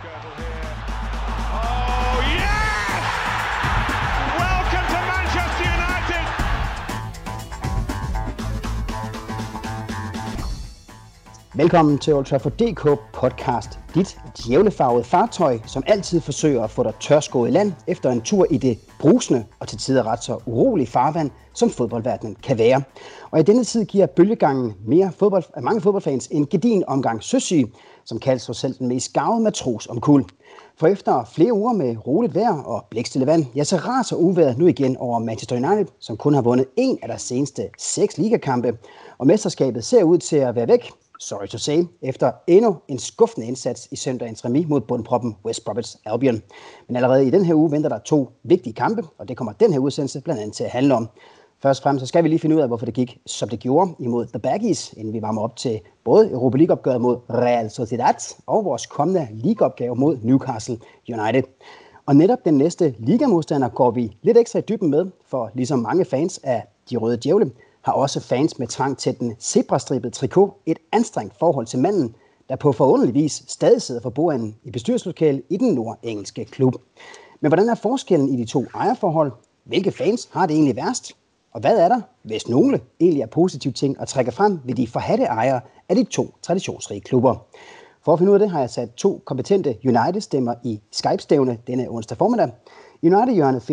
Skirtle here. Oh yes! Welcome to Manchester United! Velkommen til Old Trafford DK podcast. Dit djævlefarvede fartøj, som altid forsøger at få dig tørskoet i land efter en tur i det brusende og til tider ret så urolige farvand, som fodboldverdenen kan være. Og i denne tid giver bølgegangen mange fodboldfans en gedigen omgang søsyge, som kaldes for selv den mest garvede matros om kul. For efter flere uger med roligt vejr og blikstille vand, ja, så raser uvejret nu igen over Manchester United, som kun har vundet en af deres seneste 6 ligakampe. Og mesterskabet ser ud til at være væk, sorry to say, efter endnu en skuffende indsats i søndagens remis mod bundproppen West Bromwich Albion. Men allerede i den her uge venter der 2 vigtige kampe, og det kommer den her udsendelse blandt andet til at handle om. Først og fremmest så skal vi lige finde ud af, hvorfor det gik, som det gjorde imod The Baggies, inden vi varmer op til både Europa League-opgøret mod Real Sociedad og vores kommende ligaopgave mod Newcastle United. Og netop den næste ligamodstander går vi lidt ekstra i dybden med, for ligesom mange fans af de røde djævle, har også fans med trang til den zebrastribede trikot et anstrengt forhold til manden, der på forunderlig vis stadig sidder for bordenden i bestyrelseslokalet i den nordengelske klub. Men hvordan er forskellen i de to ejerforhold? Hvilke fans har det egentlig værst? Og hvad er der, hvis nogle egentlig er positive ting at trække frem ved de forhadte ejere af de 2 traditionsrige klubber? For at finde ud af det har jeg sat 2 kompetente United-stemmer i Skype-stævne denne onsdag formiddag. I United-hjørnet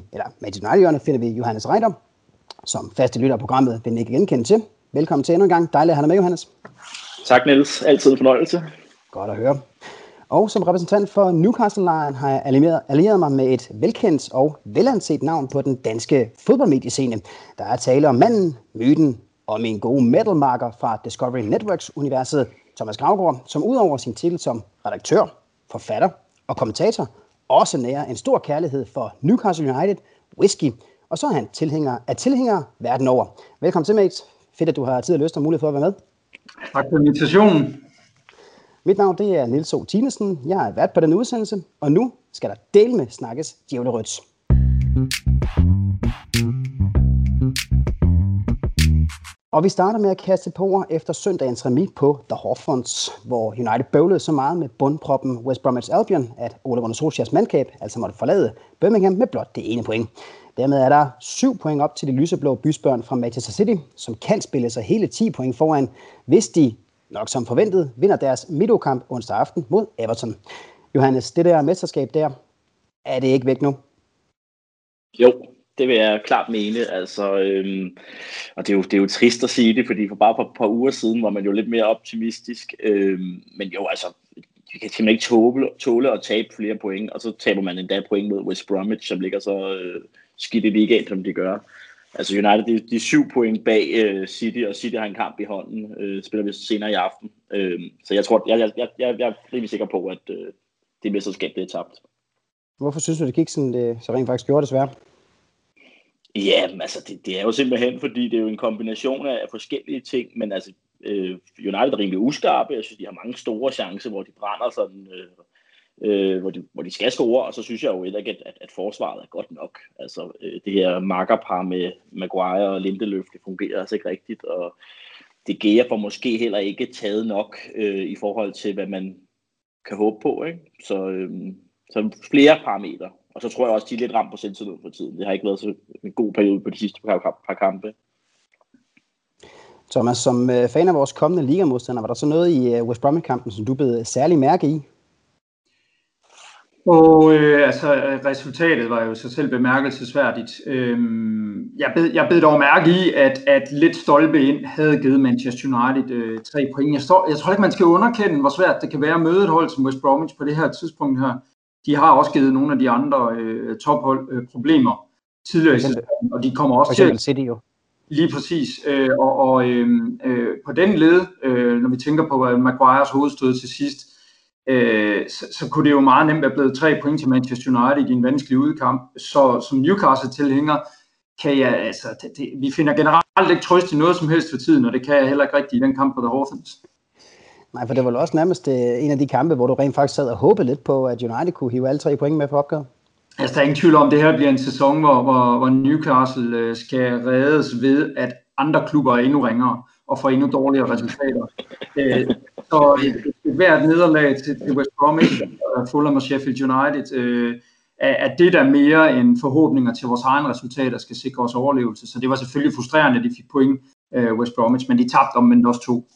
finder vi Johannes Reiter, som faste lytter af programmet vil ikke genkende til. Velkommen til endnu en gang. Dejligt at have dig med, Johannes. Tak, Niels. Altid en fornøjelse. Godt at høre. Og som repræsentant for Newcastle-lejren har jeg allieret mig med et velkendt og velanset navn på den danske fodboldmediescene. Der er tale om manden, myten og min gode metalmarker fra Discovery Networks-universet, Thomas Gravgaard, som udover sin titel som redaktør, forfatter og kommentator, også nærer en stor kærlighed for Newcastle United, whisky, og så er han tilhængere verden over. Velkommen til, mate. Fedt, at du har tid og lyst og mulighed for at være med. Tak for invitationen. Mit navn det er Niels O. Tinesen. Jeg er vært på den udsendelse, og nu skal der dele med snakkes djævlerødt. Og vi starter med at kaste på ord efter søndagens remis på The Hawthorns, hvor United bøvlede så meget med bundproppen West Bromwich Albion, at Ole Gunnar Solskjærs mandskab altså måtte forlade Birmingham med blot det ene point. Dermed er der 7 point op til de lyseblå bysbørn fra Manchester City, som kan spille sig hele 10 point foran, hvis de, nok som forventet, vinder deres midtugkamp onsdag aften mod Everton. Johannes, det der mesterskab der, er det ikke væk nu? Jo, det vil jeg klart mene. Altså, og det er jo trist at sige det, fordi for bare et par uger siden var man jo lidt mere optimistisk. Men jo, altså, vi kan simpelthen ikke tåle at tabe flere point, og så taber man endda point mod West Bromwich, som ligger så skidt i ligaen, som de gør. Altså United, de er 7 point bag City, og City har en kamp i hånden, spiller vi senere i aften. Så jeg tror, jeg er rimelig sikker på, at det mesterskab det er tabt. Hvorfor synes du, det gik sådan, det så rent faktisk gjorde desværre? Ja, altså det er jo simpelthen, fordi det er jo en kombination af forskellige ting, men altså United er rimelig uskarpe. Jeg synes, de har mange store chancer, hvor de brænder sådan, hvor de skal score, og så synes jeg jo ikke, at forsvaret er godt nok. Altså det her makkerpar med Maguire og Lindeløf, det fungerer altså ikke rigtigt, og det Gea får måske heller ikke taget nok i forhold til, hvad man kan håbe på, ikke? Så flere parametre. Og så tror jeg også, de er lidt ramt på selvtillid for tiden. Det har ikke været så en god periode på de sidste par kampe. Thomas, som fan af vores kommende ligamodstander, var der så noget i West Bromwich-kampen, som du blev særlig mærke i? Og altså resultatet var jo så selv bemærkelsesværdigt. Jeg bed dog mærke i, at lidt stolpe ind havde givet Manchester United 3 point. Jeg tror ikke, man skal underkende, hvor svært det kan være at møde et hold som West Bromwich på det her tidspunkt her. De har også givet nogle af de andre tophold problemer tidligere i sæsonen, og de kommer også til City jo. Lige præcis. På den led, når vi tænker på Maguires hovedstød til sidst, så kunne det jo meget nemt være blevet 3 point til Manchester United i en vanskelig udkamp. Så som Newcastle-tilhænger kan jeg, altså, vi finder generelt ikke trøst i noget som helst for tiden, og det kan jeg heller ikke rigtig i den kamp på The Hawthorns. Nej, for det var jo også nærmest en af de kampe, hvor du rent faktisk sad og håbede lidt på, at United kunne hive alle 3 point med for opgøret. Altså, der er ingen tvivl om, at det her bliver en sæson, hvor Newcastle skal reddes ved, at andre klubber er endnu ringere og får endnu dårligere resultater. Så det hvert nederlag til West Bromwich, Fulham og Sheffield United, at det der mere end forhåbninger til vores egne resultater skal sikre os overlevelse. Så det var selvfølgelig frustrerende, at de fik point West Bromwich, men de tabte omvendt også 2.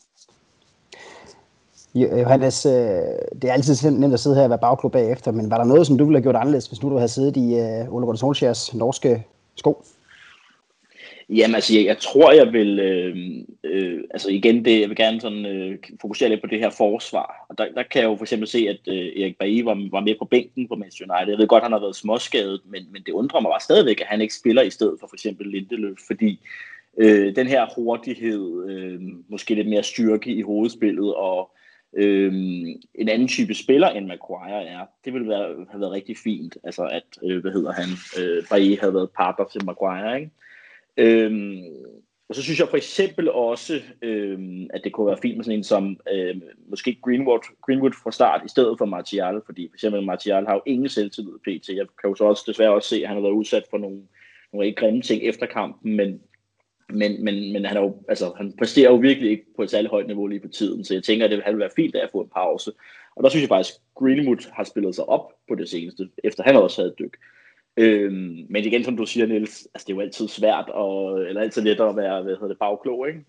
Johannes, det er altid nemt at sidde her og være bagklub bagefter, men var der noget, som du ville have gjort anderledes, hvis nu du havde siddet i Ole Gunnar Solskjærs norske sko? Jamen altså, jeg tror, jeg vil, altså igen, jeg vil gerne sådan, fokusere lidt på det her forsvar. Og der kan jeg jo for eksempel se, at Erik Bailly var med på bænken på Manchester United. Jeg ved godt, han har været småskadet, men det undrer mig bare stadigvæk, at han ikke spiller i stedet for eksempel Lindeløf, fordi den her hurtighed, måske lidt mere styrke i hovedspillet, og en anden type spiller end Maguire er, det ville have været rigtig fint, altså at, Bailly havde været partner til Maguire, ikke? Og så synes jeg for eksempel også, at det kunne være fint med sådan en som måske Greenwood fra start i stedet for Martial, fordi for eksempel Martial har jo ingen selvtillid pt. Jeg kan jo så også desværre også se, at han har været udsat for nogle ikke grimme ting efter kampen, men han, han præsterer jo virkelig ikke på et særligt højt niveau lige på tiden, så jeg tænker, at det ville være fint at få en pause. Og der synes jeg faktisk, at Greenwood har spillet sig op på det seneste, efter han også havde et dyk. Men igen, som du siger, Niels, altså det er jo altid svært, eller altid lettere at være bagklog, ikke?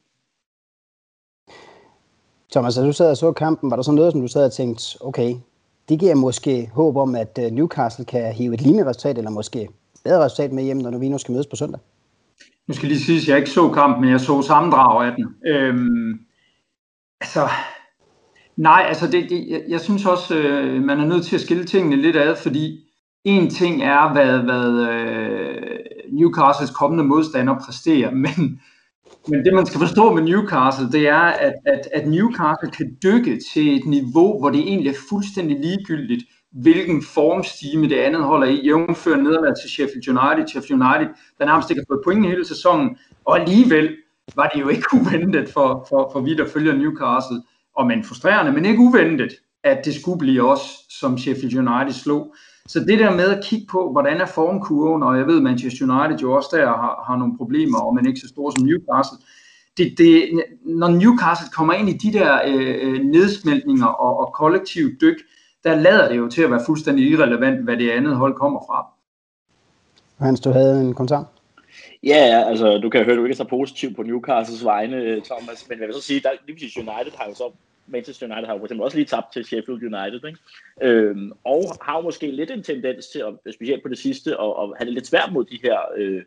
Thomas, da du sad og så kampen, var der så noget, som du sad og tænkte, okay, det giver måske håb om, at Newcastle kan hive et lignende resultat, eller måske bedre resultat med hjem, når vi nu skal mødes på søndag? Nu skal lige sige, at jeg ikke så kampen, men jeg så sammendrag af den. Jeg synes også, man er nødt til at skille tingene lidt ad, fordi en ting er, hvad Newcastles kommende modstander præsterer, men det man skal forstå med Newcastle, det er, at Newcastle kan dykke til et niveau, hvor det egentlig er fuldstændig ligegyldigt, hvilken formstime det andet holder i, jævnfør nederlag til Sheffield United, der nærmest ikke har fået point hele sæsonen, og alligevel var det jo ikke uventet for vi, der følger Newcastle, og men frustrerende, men ikke uventet, at det skulle blive os, som Sheffield United slog. Så det der med at kigge på, hvordan er formkurven, og jeg ved, Manchester United jo også der har nogle problemer, og man ikke så store som Newcastle. Når Newcastle kommer ind i de der nedsmeltninger og kollektivt dyk, der lader det jo til at være fuldstændig irrelevant, hvad det andet hold kommer fra. Hans, du havde en kommentar? Ja, altså du kan høre, du ikke er så positiv på Newcastles vegne, Thomas, men jeg vil så sige, at United har jo så Manchester United har jo for eksempel også lige tabt til Sheffield United, ikke? Og har jo måske lidt en tendens til, specielt på det sidste, at have det lidt svært mod de her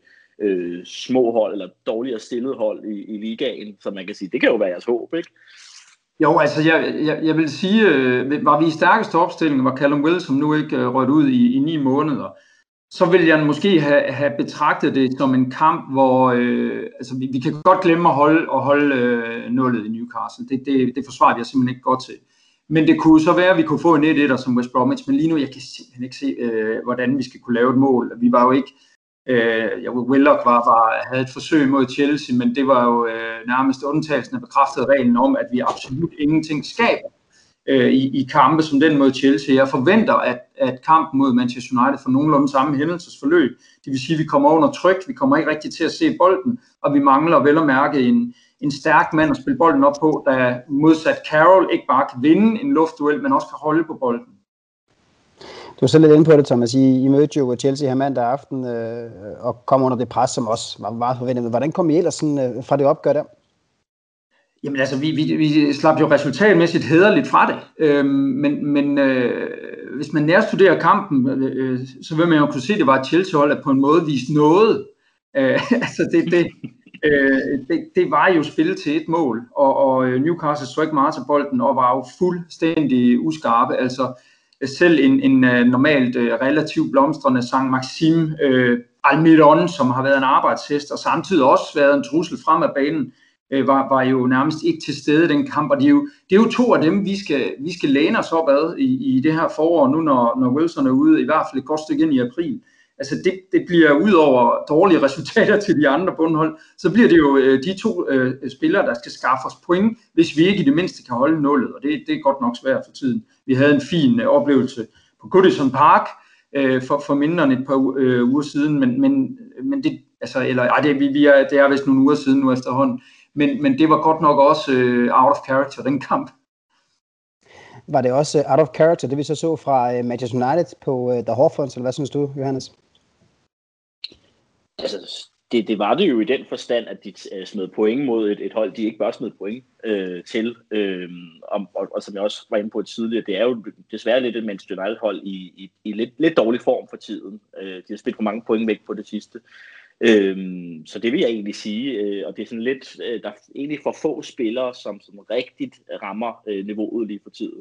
små hold, eller dårligere stillede hold i ligaen, så man kan sige, det kan jo være jeres håb, ikke? Jo, altså jeg vil sige, var vi i stærkeste opstilling, var Callum Wilson nu ikke rødt ud i 9 måneder, så vil jeg måske have betragtet det som en kamp, hvor vi kan godt glemme at holde nullet i Newcastle. Det forsvarer jeg simpelthen ikke godt til. Men det kunne så være, at vi kunne få en 1-1'er som West Bromwich, men lige nu, jeg kan simpelthen ikke se, hvordan vi skal kunne lave et mål. Vi var jo ikke, Willock havde et forsøg mod Chelsea, men det var jo nærmest undtagelsen af bekræftet reglen om, at vi absolut ingenting skaber i kampe som den mod Chelsea. Jeg forventer, at kampen mod Manchester United får nogenlunde samme hændelsesforløb. Det vil sige, at vi kommer under tryk, vi kommer ikke rigtig til at se bolden, og vi mangler vel at mærke en stærk mand at spille bolden op på, der modsat Carroll ikke bare kan vinde en luftduel, men også kan holde på bolden. Du var selv lidt inde på det, Thomas. I mødte jo Chelsea her mandag aften og kom under det pres, som også var meget forventet. Hvordan kom I ellers sådan, fra det opgør der? Jamen altså, vi slap jo resultatmæssigt hæderligt fra det, men hvis man nærstuderer kampen, så vil man jo kunne se, at det var et Chelsea-hold, der på en måde viste noget. Det var jo spillet til et mål, og Newcastle så ikke meget til bolden, og var jo fuldstændig uskarpe. Altså selv en normalt relativt blomstrende Saint-Maxime Almiron, som har været en arbejdshest, og samtidig også været en trussel frem af banen, var jo nærmest ikke til stede i den kamp, og det er jo 2 af dem, vi skal læne os op ad i det her forår, nu når Wilson er ude, i hvert fald et godt stykke ind i april. Altså det bliver ud over dårlige resultater til de andre bundhold, så bliver det jo de 2 spillere, der skal skaffe os point, hvis vi ikke i det mindste kan holde nullet, og det er godt nok svært for tiden. Vi havde en fin oplevelse på Goodison Park for mindre end et par uger siden, men det, altså, det er vist nogle uger siden nu efterhånden. Men det var godt nok også out of character, den kamp. var det også out of character, det vi så fra Manchester United på The Hawthorns, eller hvad synes du, Johannes? Altså, det var det jo i den forstand, at de smed point mod et hold, de ikke bør smide point til. Og som jeg også var inde på tidligere, det er jo desværre lidt et Manchester United-hold i lidt dårlig form for tiden. De har spillet for mange point væk på det sidste. Så det vil jeg egentlig sige, og det er sådan lidt, der er egentlig for få spillere, som rigtigt rammer niveauet lige for tiden.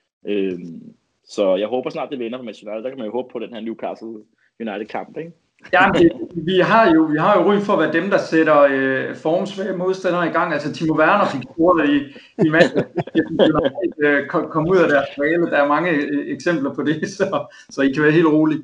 Så jeg håber snart, det vender for Manchester United. Der kan man jo håbe på den her Newcastle United-kamp, ikke? Ja, vi har jo ry for at være dem, der sætter formsvage modstandere i gang. Altså Timo Werner fik scoret i Manchester kom ud af deres svale. Der er mange eksempler på det, så I kan være helt rolige.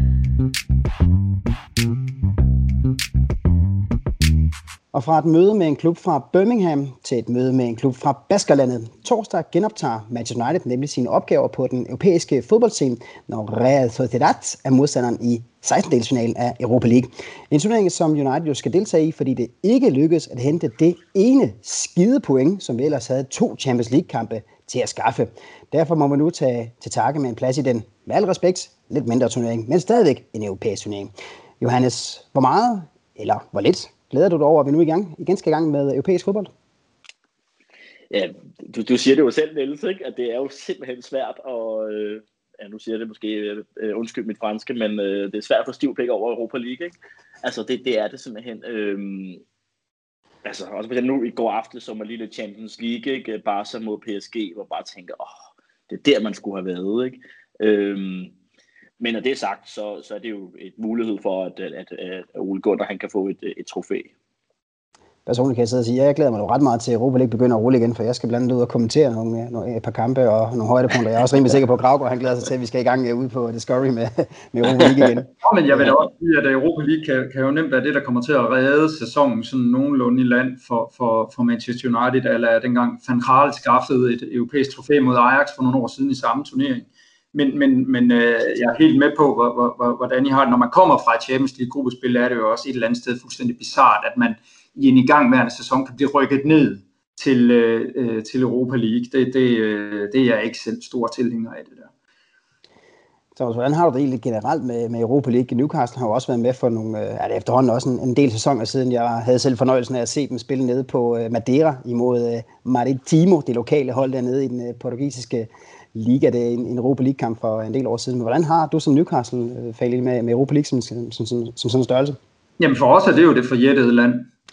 Og fra et møde med en klub fra Birmingham til et møde med en klub fra Baskerlandet. Torsdag genoptager Manchester United nemlig sine opgaver på den europæiske fodboldscene, når Real Sociedad er modstanderen i 16-delsfinalen af Europa League. En turnering, som United jo skal deltage i, fordi det ikke lykkedes at hente det ene skide point, som vi ellers havde 2 Champions League-kampe til at skaffe. Derfor må man nu tage til takke med en plads i den, med al respekt, lidt mindre turnering, men stadigvæk en europæisk turnering. Johannes, hvor meget eller hvor lidt glæder du dig over, at vi nu igen skal i gang med europæisk fodbold? Ja, du siger det jo selv, Niels, ikke? At det er jo simpelthen svært, og nu siger jeg det måske, undskyld mit franske, men det er svært at få stiv pæk over Europa League, ikke? Altså, det er det simpelthen. Altså, også hvis jeg nu i går aftes så man lige lidt Champions League, ikke? Barca mod PSG, hvor bare tænker, det er der, man skulle have været, ikke? Men når det er sagt, så er det jo et mulighed for, at Ole Gunnar han kan få et trofæ. Personligt kan jeg sidde og sige, at jeg glæder mig ret meget til, at Europa League begynder at rulle igen, for jeg skal blandt andet ud og kommentere et par kampe og nogle højdepunkter. Jeg er også rimelig sikker på, at Gravgaard han glæder sig til, at vi skal i gang ude på Discovery med Europa League igen. Ja, men jeg vil også sige, at Europa League kan jo nemt være det, der kommer til at redde sæsonen sådan nogenlunde i land for Manchester United, eller dengang Van Gaal skaffede et europæisk trofæ mod Ajax for nogle år siden i samme turnering. Men jeg er helt med på, hvordan I har det. Når man kommer fra et Champions League-gruppespil, er det jo også et eller andet sted fuldstændig bizart, at man i en igangværende sæson kan blive rykket ned til Europa League. Det er jeg ikke selv stor tilhænger af det der. Så hvordan har du det egentlig generelt med Europa League? Newcastle har jo også været med for nogle, det efterhånden også en del sæsoner siden. Jeg havde selv fornøjelsen af at se dem spille nede på Madeira imod Maritimo, det lokale hold dernede i den portugisiske liga. Det er en Europa League-kamp for en del år siden. Men hvordan har du som Newcastle-fan med Europa League som sådan en størrelse? Jamen for os er det jo det forjættede land.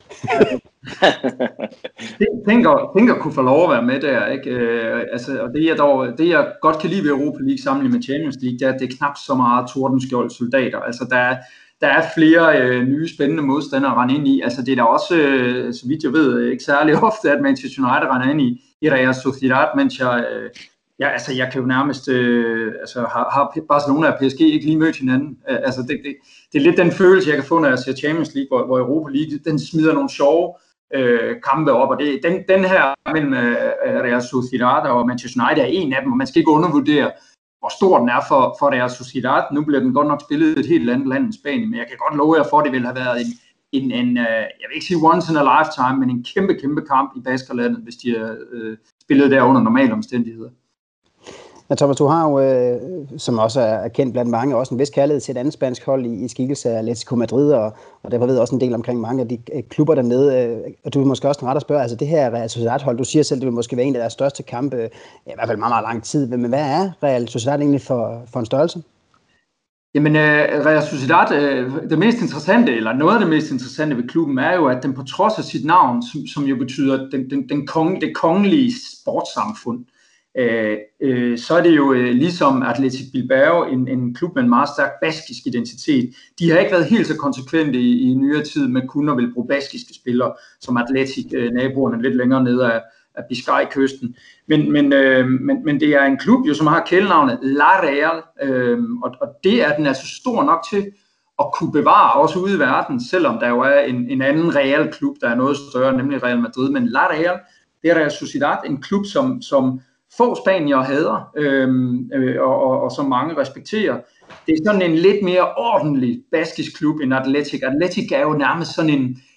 Tænker kunne få lov at være med der, ikke? Og det jeg godt kan lide ved Europa League sammenlignet med Champions League, det er, at det er knap så meget tordenskjold soldater. Altså der er flere nye spændende modstandere at rende ind i. Altså det er da også, så vidt jeg ved, ikke særlig ofte, at Manchester United render ind i Real Sociedad, mens jeg kan jo nærmest, har Barcelona og PSG ikke lige mødt hinanden. Det er lidt den følelse, jeg kan få, når jeg ser Champions League, hvor Europa League, den smider nogle sjove kampe op, og den her mellem Real Sociedad og Manchester United er en af dem, og man skal ikke undervurdere, hvor stor den er for Real Sociedad. Nu bliver den godt nok spillet et helt andet land end Spanien, men jeg kan godt love jer for, at det ville have været en jeg vil ikke sige once in a lifetime, men en kæmpe kamp i Baskerlandet, hvis de spillet der under normale omstændigheder. Ja, Thomas, du har jo, som også er kendt blandt mange, også en vis kærlighed til et andet spansk hold i skikkelse af Atletico Madrid, og derfor ved jeg også en del omkring mange af de klubber dernede. Og du vil måske også ret at spørge, altså det her Real Sociedad-hold, du siger selv, det vil måske være en af deres største kampe, i hvert fald meget lang tid. Men hvad er Real Sociedad egentlig for en størrelse? Jamen, Real Sociedad, det mest interessante, eller noget af det mest interessante ved klubben, er jo, at den på trods af sit navn, som jo betyder det kongelige sportssamfund, så er det jo ligesom Athletic Bilbao, en klub med en meget stærk baskisk identitet. De har ikke været helt så konsekvente i nyere tid med kun at vil bruge baskiske spillere, som Athletic, naboerne lidt længere nede af Biscay-kysten. Men det er en klub, jo, som har kælenavnet La Real, og det er den altså stor nok til at kunne bevare også ude i verden, selvom der jo er en anden Real klub, der er noget større, nemlig Real Madrid. Men La Real, det er Real Sociedad, en klub, som få spanier hader, og som mange respekterer. Det er sådan en lidt mere ordentlig baskisk klub end Athletic. Athletic er jo nærmest sådan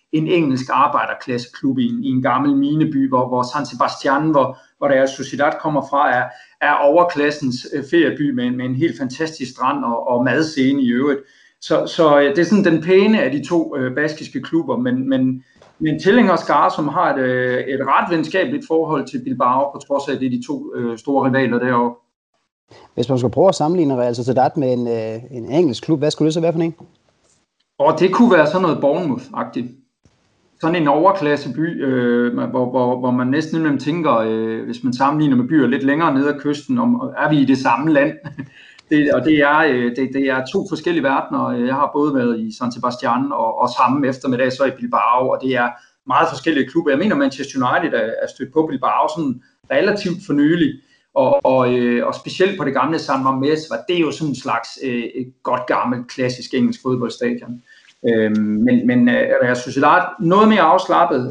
en engelsk arbejderklasseklub i en gammel mineby, hvor San Sebastian, hvor Real Sociedad kommer fra, er overklassens ferieby med en helt fantastisk strand og madscene i øvrigt. Så det er sådan den pæne af de to baskiske klubber, men tilhængerskare, som har et ret venskabeligt forhold til Bilbao, på trods af, at det er de to store rivaler deroppe. Hvis man skulle prøve at sammenligne Real Sociedad med en engelsk klub, hvad skulle det så være for en? Og det kunne være sådan noget Bournemouth-agtigt. Sådan en overklasseby, hvor man næsten imellem tænker, hvis man sammenligner med byer lidt længere nede ad kysten, er vi i det samme land? Det er to forskellige verdener. Jeg har både været i San Sebastian og samme eftermiddag så i Bilbao, og det er meget forskellige klubber. Jeg mener, Manchester United er stødt på Bilbao sådan relativt for nylig, og specielt på det gamle San Mamés var det jo sådan en slags godt gammelt klassisk engelsk fodboldstadion. Men Real Sociedad noget mere afslappet,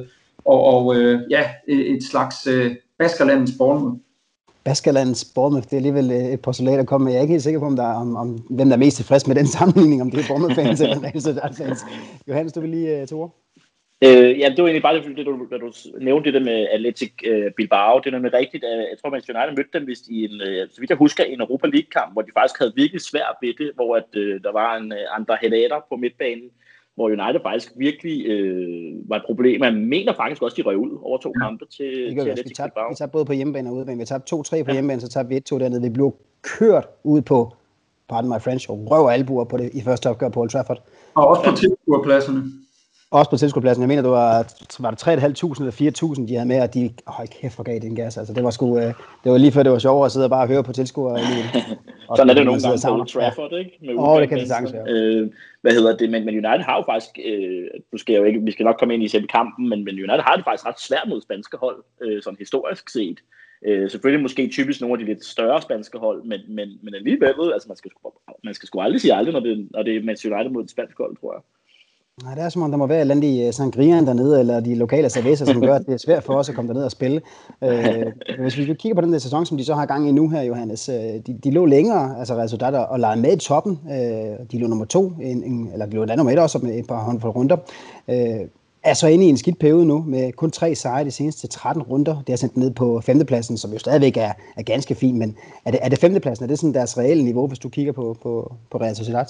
et slags Baskerlandets Bournemouth. Baskerlandets Bournemouth, det er alligevel et postulat at komme med. Jeg er ikke helt sikker på, om hvem der er mest tilfreds med den sammenligning, om det er Bournemouth-fans eller Real Sociedad-fans. Johannes, du vil lige til ord? Ja, det var egentlig bare det, du nævnte det med Athletic Bilbao. Det er nemlig rigtigt. Jeg tror, Manchester United mødte dem vist i så vidt jeg husker, en Europa League-kamp, hvor de faktisk havde virkelig svært ved det, hvor der var en Ander Herrera på midtbanen, hvor United faktisk virkelig var et problem. Jeg mener faktisk også, de røg ud over 2 kampe til Athletic Bilbao. Vi tabte både på hjemmebane og udebane. Vi tabte 2-3 på hjemmebane, så tabte vi 1-2 dernede. Vi blev kørt ud på, pardon my French, røv og albuer på det i første opgør på Old Trafford. Og også på tilskuerpladserne. Også på tilskuerpladsen. Jeg mener, det var 3.500 eller 4.000, de havde med, og de kæft for gav den gas. Altså, det var sgu, det var lige før det var sjovere at sidde og bare høre på tilskuere. Sådan er det nogle gange på Old Trafford, ikke? Det kan det sagtens være. Hvad hedder det? Men United har jo faktisk, vi skal nok komme ind i selve kampen, men United har det faktisk ret svært mod spanske hold, sådan historisk set. Selvfølgelig måske typisk nogle af de lidt større spanske hold, men alligevel, altså man skal sgu aldrig sige aldrig, når det er Manchester United mod et spansk hold, tror jeg. Nej, det er som om, der må være et eller andet i sangriaen dernede, eller de lokale cervecer, som gør, at det er svært for os at komme derned og spille. Hvis vi kigger på den der sæson, som de så har gang i nu her, Johannes, de lå længere, altså Real Sociedad, og legede med i toppen. De lå nummer 2, eller de lå nummer 1 også med et par håndfulde runder. Er så inde i en skidt periode nu, med kun 3 sejre de seneste 13 runder. Det har sendt ned på 5. pladsen, som jo stadigvæk er ganske fint, men er det 5. pladsen? Er det sådan deres reelle niveau, hvis du kigger på Real Sociedad?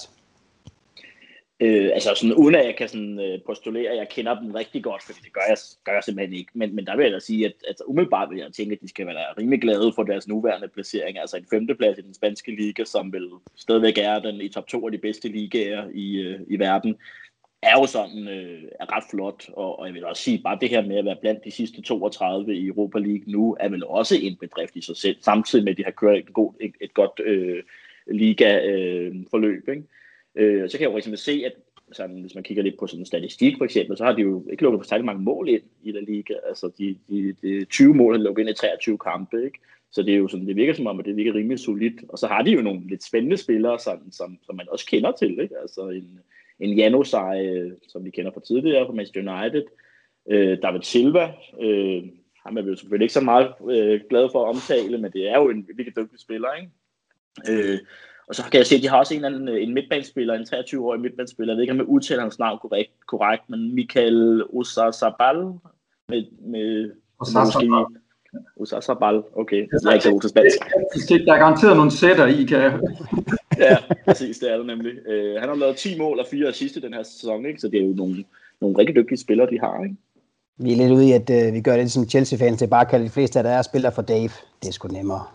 Altså sådan, uden at jeg kan sådan, postulere, at jeg kender dem rigtig godt, fordi det gør jeg simpelthen ikke. Men der vil jeg da sige, at altså, umiddelbart vil jeg tænke, at de skal være rimelig glade for deres nuværende placering. Altså en 5. plads i den spanske liga, som vil stadigvæk er den i top 2 af de bedste ligaer i verden, er jo sådan er ret flot. Og jeg vil også sige, bare det her med at være blandt de sidste 32 i Europa League nu, er vel også en bedrift i sig selv, samtidig med, at de har kørt et godt liga-forløb, ikke? Så kan jeg jo rigtig se, at sådan, hvis man kigger lidt på sådan en statistik for eksempel, så har de jo ikke lukket for særlig mange mål ind i La Liga. Altså de 20 mål har lukket ind i 23 kampe, ikke? Så det er jo sådan, det virker som om, at det virker rimelig solidt. Og så har de jo nogle lidt spændende spillere, sådan, som man også kender til, ikke? Altså en Januzaj, som vi kender fra tidligere fra Manchester United. David Silva, ham er vi jo selvfølgelig ikke så meget glade for at omtale, men det er jo en virkelig dygtig spiller, ikke? Og så kan jeg se, at de har også en midtbanespiller, en 23-årig midtbanespiller. Jeg ved ikke, om jeg udtaler hans navn korrekt, men Michael Osarzabal. Osarzabal, okay. Jeg er ikke så god til spansk. Der er garanteret nogle sætter i, kan jeg. Ja, præcis, det er det nemlig. Han har lavet 10 mål og 4 assist i den her sæson, ikke? Så det er jo nogle rigtig dygtige spillere, de har, ikke? Vi er lidt ude i, at vi gør det som Chelsea-fans, det er bare at kalde de fleste af der er spillere for Dave. Det er sgu nemmere.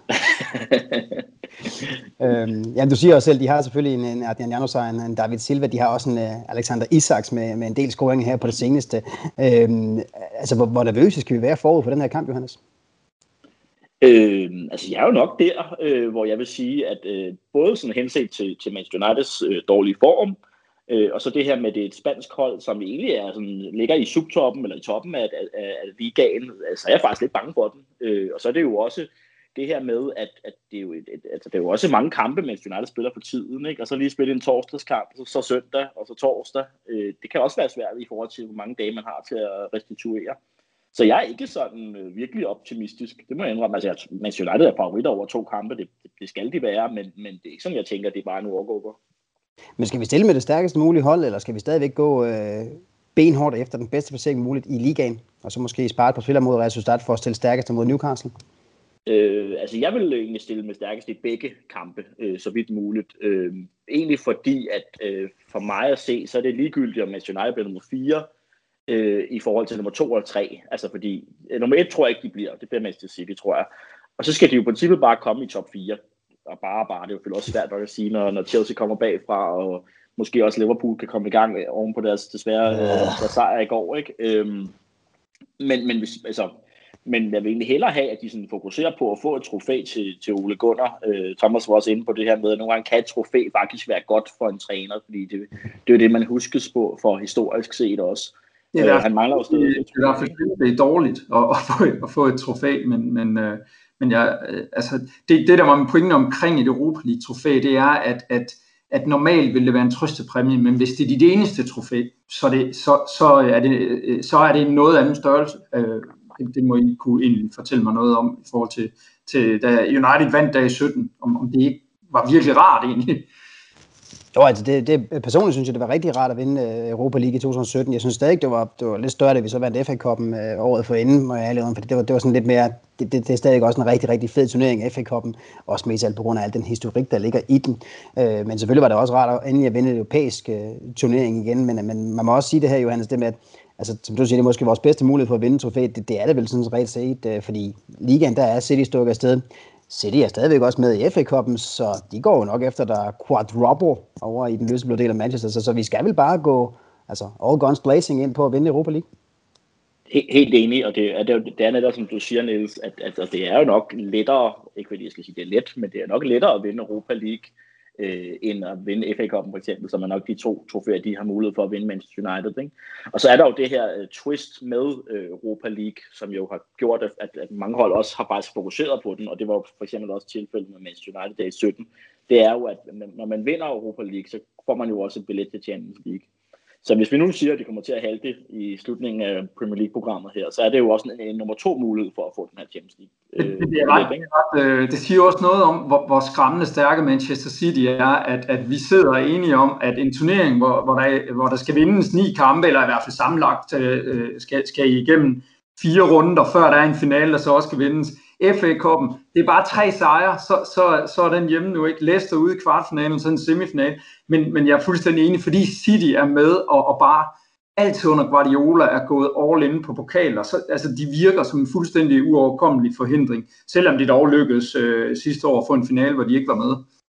Jamen, du siger også selv, de har selvfølgelig en Adrian Januzaj, en David Silva, de har også en Alexander Isaks med en del scoring her på det seneste. Altså, hvor nervøse skal vi være forud for den her kamp, Johannes? Altså, jeg er jo nok der, hvor jeg vil sige, at både sådan henset til Manchester Uniteds dårlige form, og så det her med det et spansk hold, som egentlig er sådan, ligger i subtoppen eller i toppen af ligaen, så er jeg faktisk lidt bange for den. Og så er det jo også det her med, at det er jo også mange kampe, mens United spiller for tiden, ikke? Og så lige spille en torsdagskamp, så søndag og så torsdag. Det kan også være svært i forhold til, hvor mange dage man har til at restituere. Så jeg er ikke sådan virkelig optimistisk. Det må jeg indrømme. Altså, Manchester United er favoritter over 2 kampe. Det skal de være, men det er ikke sådan, jeg tænker, at det er bare en overgåber. Men skal vi stille med det stærkeste mulige hold, eller skal vi stadigvæk gå benhårdt efter den bedste placering muligt i ligaen, og så måske spare på spiller mod Real Sociedad for at stille stærkest mod Newcastle? Altså jeg vil egentlig stille med stærkest i begge kampe, så vidt muligt. Egentlig fordi, at for mig at se, så er det ligegyldigt, om Manchester United bliver nummer 4 i forhold til nummer 2 og 3. Altså fordi, nummer 1 tror jeg ikke, de bliver. Det bliver Manchester City, tror jeg. Og så skal de jo i princippet bare komme i top 4. Og bare, det er jo også svært nok at sige, når Chelsea kommer bagfra, og måske også Liverpool kan komme i gang oven på deres desværre deres sejr i går, ikke? Men jeg vil egentlig hellere have, at de sådan fokuserer på at få et trofæ til Ole Gunnar. Thomas var også inde på det her med, at nogle gange kan et trofæ faktisk være godt for en træner, fordi det er jo det, man huskes på for historisk set også. Han mangler jo stadig. Det er dårligt at få et trofæ, men jeg, altså, det der var min pointe omkring et Europa League trofæ, det er, at normalt vil det være en trøstepræmie, men hvis det er dit eneste trofæ, så er det en noget anden størrelse. Det må I kunne egentlig fortælle mig noget om i forhold til da United vandt der i 17, om det ikke var virkelig rart egentlig. Jo, altså personligt synes jeg, det var rigtig rart at vinde Europa League i 2017. Jeg synes stadig, det var lidt større, da vi så vandt FA-cupen året forinden, må jeg ærlig om, for det var sådan lidt mere, det er stadig også en rigtig, rigtig fed turnering, FA-cupen, også mest alt på grund af al den historik, der ligger i den. Men selvfølgelig var det også rart at endelig at vinde en europæisk turnering igen, men man må også sige det her, Johannes, det med, at altså, som du siger, det er måske vores bedste mulighed for at vinde trofæet. Det er det vel sådan rent set, fordi ligaen, der er City stukket afsted. City er stadigvæk også med i FA-cupen, så de går jo nok efter der quadruple over i den løseblå del af Manchester. Så vi skal vel bare gå all guns blazing ind på at vinde Europa League. Helt enig, og det er netop, som du siger, Niels, at det er jo nok lettere, ikke fordi jeg skal sige, det er let, men det er nok lettere at vinde Europa League, end at vinde FA-cupen for eksempel, som er nok de 2 trofæer, de har mulighed for at vinde Manchester United. Ikke? Og så er der jo det her twist med Europa League, som jo har gjort, at mange hold også har faktisk fokuseret på den, og det var jo for eksempel også tilfældet med Manchester United i 17. Det er jo, at når man vinder Europa League, så får man jo også et billet til Champions League. Så hvis vi nu siger, at det kommer til at halte i slutningen af Premier League-programmet her, så er det jo også en nummer 2 mulighed for at få den her Champions League. Det siger også noget om, hvor skræmmende stærke Manchester City er, at vi sidder enige om, at en turnering, hvor der skal vindes 9 kampe, eller i hvert fald sammenlagt skal igennem 4 runder, før der er en finale, der så også skal vindes. FA-cupen, det er bare 3 sejre, så er den hjemme nu, ikke? Leicester ude i kvartfinalen, så en semifinal, men jeg er fuldstændig enig, fordi City er med, og bare altid under Guardiola er gået all in på pokaler, så altså, de virker som en fuldstændig uoverkommelig forhindring, selvom det dog lykkedes sidste år at få en finale, hvor de ikke var med.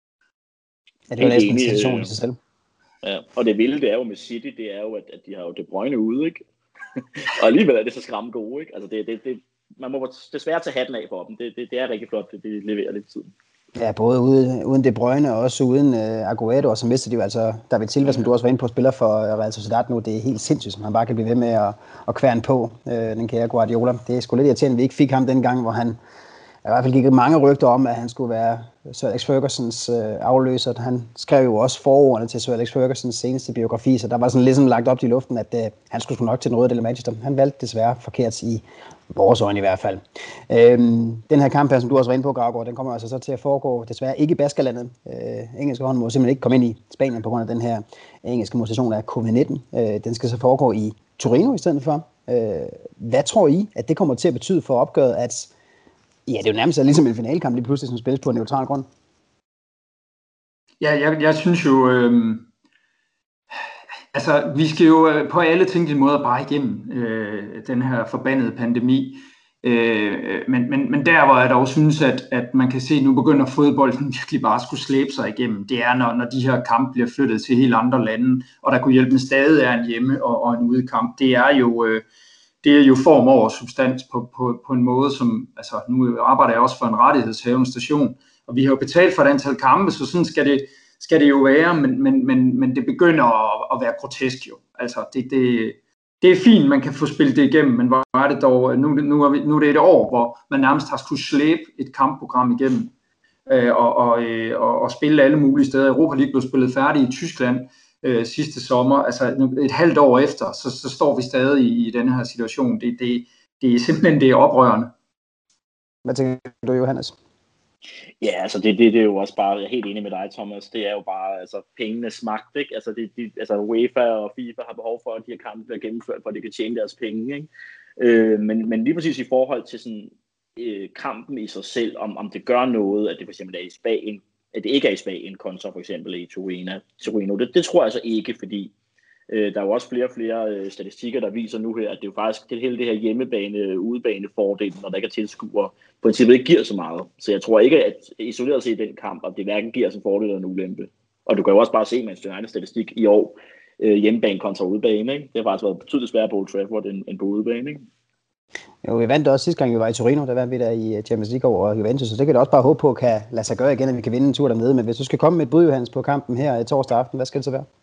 Ja, det var næsten en situation i sig selv. Ja, og det vilde, det er jo med City, det er jo, at de har jo De Bruyne ude, ikke? Og alligevel er det så skræmme gode, ikke? Altså man må desværre tage hatten af for dem. Det er rigtig flot, det de leverer lidt tid. Ja, både uden De Bruyne og også uden Aguero, og så mister de jo altså David Silva, som du også var inde på, spiller for Real Sociedad nu. Det er helt sindssygt, som han bare kan blive ved med at kværne på, den kære Guardiola. Det er sgu lidt irriterende, at vi ikke fik ham dengang, hvor han i hvert fald gik mange rygter om, at han skulle være Sir Alex Fergusons afløser. Han skrev jo også forordene til Sir Alex Fergusons seneste biografi, så der var sådan lidt sådan lagt op i luften, at han skulle nok til den røde del af Manchester. Han valgte desværre forkert i vores øjne i hvert fald. Den her kamp her, som du også var inde på, Gravgaard, den kommer altså så til at foregå desværre ikke i Baskerlandet. Engelske hånd må simpelthen ikke komme ind i Spanien på grund af den her engelske mutation af COVID-19. Den skal så foregå i Torino i stedet for. Hvad tror I, at det kommer til at betyde for opgøret, at ja, det er jo nærmest ligesom en finalekamp lige pludselig, som spilles på en neutral grund? Ja, jeg synes jo, altså vi skal jo på alle tænkelige måder bare igennem den her forbandede pandemi. Men der, hvor jeg dog synes, at man kan se, at nu begynder fodbolden virkelig bare at skulle slæbe sig igennem, det er, når de her kampe bliver flyttet til helt andre lande, og der kunne hjælpe med stadig er en hjemme- og en udekamp. Det er jo form over substans på en måde, som, altså nu arbejder jeg også for en rettighedshavende station, og vi har jo betalt for et antal kampe, så sådan skal det jo være, men det begynder at være grotesk jo. Altså det er fint, man kan få spillet det igennem, men hvor er det dog, nu er det et år, hvor man nærmest har skulle slæbe et kampprogram igennem, og spille alle mulige steder. Europa League blev spillet færdig i Tyskland sidste sommer, altså et halvt år efter, så står vi stadig i denne her situation. Det er simpelthen det er oprørende. Hvad tænker du, Johannes? Ja, altså det er jo også bare, jeg er helt enig med dig, Thomas, det er jo bare altså, pengenes magt, ikke? Altså, altså UEFA og FIFA har behov for, at de her kampe bliver gennemført, for at de kan tjene deres penge, ikke? Men lige præcis i forhold til sådan, kampen i sig selv, om det gør noget, at det for eksempel er i Spanien, at det ikke er i Spanien, kontra for eksempel i Torino, det tror jeg så ikke, fordi der er jo også flere og flere statistikker, der viser nu her, at det er jo faktisk hele det her hjemmebane-udebane fordel, når der ikke er tilskuere, princippet ikke giver så meget. Så jeg tror ikke, at isoleret set den kamp, at det hverken giver som fordel eller en ulempe. Og du kan jo også bare se Manchester United statistik i år, hjemmebane kontra udebane, ikke? Det har faktisk været betydeligt sværere på Old Trafford end på udebane, ikke? Jo, vi vandt også sidste gang, vi var i Torino, der vandt vi der i Champions League over Juventus, så det kan det også bare håbe på, kan lade sig gøre igen, at vi kan vinde en tur dernede. Men hvis du skal komme med et bud, Johannes, på kampen her torsdag aften, hvad skal det så være?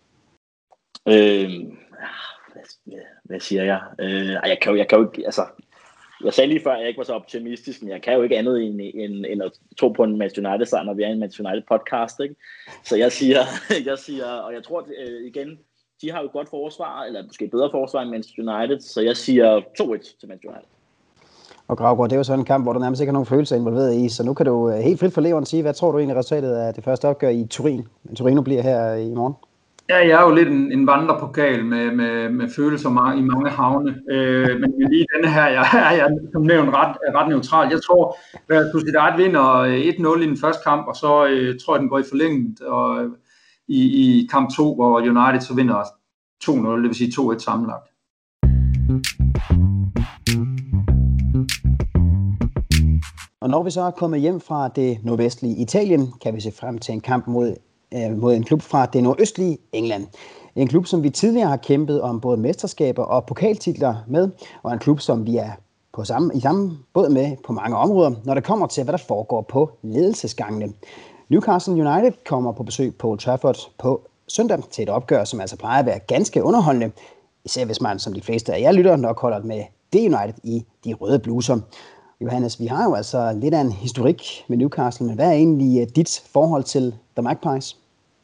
Hvad siger jeg? Jeg kan jo ikke, altså, jeg sagde lige før, at jeg ikke var så optimistisk, men jeg kan jo ikke andet end at tro på en Manchester United-sejr, når vi er en Manchester United-podcast, ikke? Så jeg siger, og jeg tror igen, de har jo et godt forsvar, eller måske bedre forsvar end Manchester United, så jeg siger 2-1 til Manchester United. Og Gravgaard, det er jo sådan en kamp, hvor du nærmest ikke har nogen følelser involveret i, så nu kan du helt frit for leveren sige, hvad tror du egentlig resultatet af det første opgør i Turin? Torino bliver her i morgen. Ja, jeg er jo lidt en vandrepokal med følelser i mange havne, men lige denne her, jeg er som nævnt ret neutral. Jeg tror, at Sociedad vinder 1-0 i den første kamp, og så tror jeg, den går i forlænget og i kamp 2, hvor United så vinder 2-0, det vil sige 2-1 sammenlagt. Og når vi så er kommet hjem fra det nordvestlige Italien, kan vi se frem til en kamp mod en klub fra det nordøstlige England. En klub, som vi tidligere har kæmpet om både mesterskaber og pokaltitler med, og en klub, som vi er i samme båd med på mange områder, når det kommer til, hvad der foregår på ledelsesgangene. Newcastle United kommer på besøg på Old Trafford på søndag til et opgør, som altså plejer at være ganske underholdende, især hvis man, som de fleste af jer lytter, nok holder med det United i de røde bluser. Johannes, vi har jo altså lidt af en historik med Newcastle, men hvad er egentlig dit forhold til The Magpies?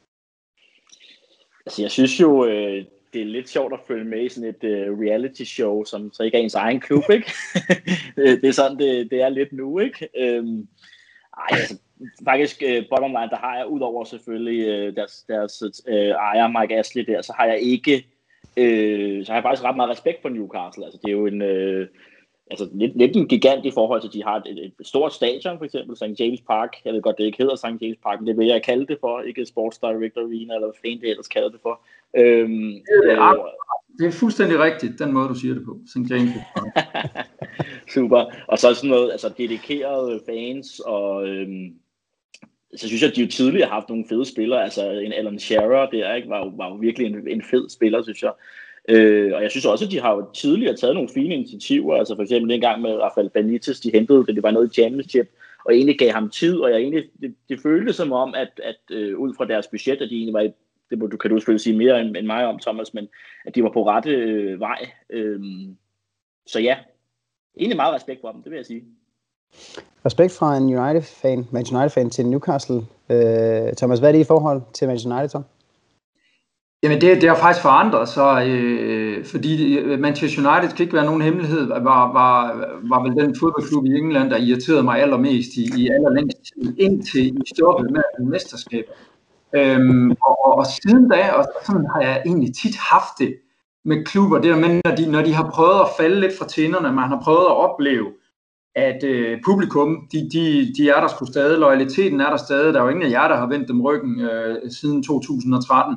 Altså, jeg synes jo, det er lidt sjovt at følge med i sådan et reality show, som så ikke er ens egen klub, ikke? Det er sådan, det er lidt nu, ikke? Altså, faktisk, bottom line, der har jeg, udover selvfølgelig deres ejer, Mike Ashley der, så har jeg ikke, så har jeg faktisk ret meget respekt for Newcastle. Altså, det er jo en, altså lidt en gigant i forhold til, at de har et stort stadion, for eksempel St. James Park. Jeg ved godt, det ikke hedder St. James Park, men det vil jeg kalde det for, ikke Sports Direct Arena, eller hvad fanden det ellers kalder det for. Det er fuldstændig rigtigt, den måde, du siger det på. St. James Park. Super. Og så sådan noget, altså dedikerede fans, og så synes jeg, at de jo tidligere har haft nogle fede spillere, altså en Alan Shearer der, ikke, var jo virkelig en fed spiller, synes jeg. Og jeg synes også, at de har jo tidligere taget nogle fine initiativer, altså for eksempel en gang med Rafael Benitez, de hentede det var noget i Championship, og egentlig gav ham tid, og jeg egentlig, det føltes som om, at ud fra deres budget, at de egentlig var i, det kan du selvfølgelig sige mere end mig om, Thomas, men at de var på rette vej. Så ja, egentlig meget respekt for dem, det vil jeg sige. Respekt fra en Manchester United-fan til Newcastle. Thomas, hvad er det i forhold til Manchester United så? Jamen det har faktisk forandret sig, fordi Manchester United kan ikke være nogen hemmelighed, var vel den fodboldklub i England, der irriterede mig allermest i allerlængst tid, indtil I stoppede med at mesterskaber. Og siden da, og sådan har jeg egentlig tit haft det med klubber, det der med, når de har prøvet at falde lidt fra tinderne, man har prøvet at opleve, at publikum, de er der sgu stadig, loyaliteten er der stadig, der er jo ingen af jer, der har vendt dem ryggen siden 2013.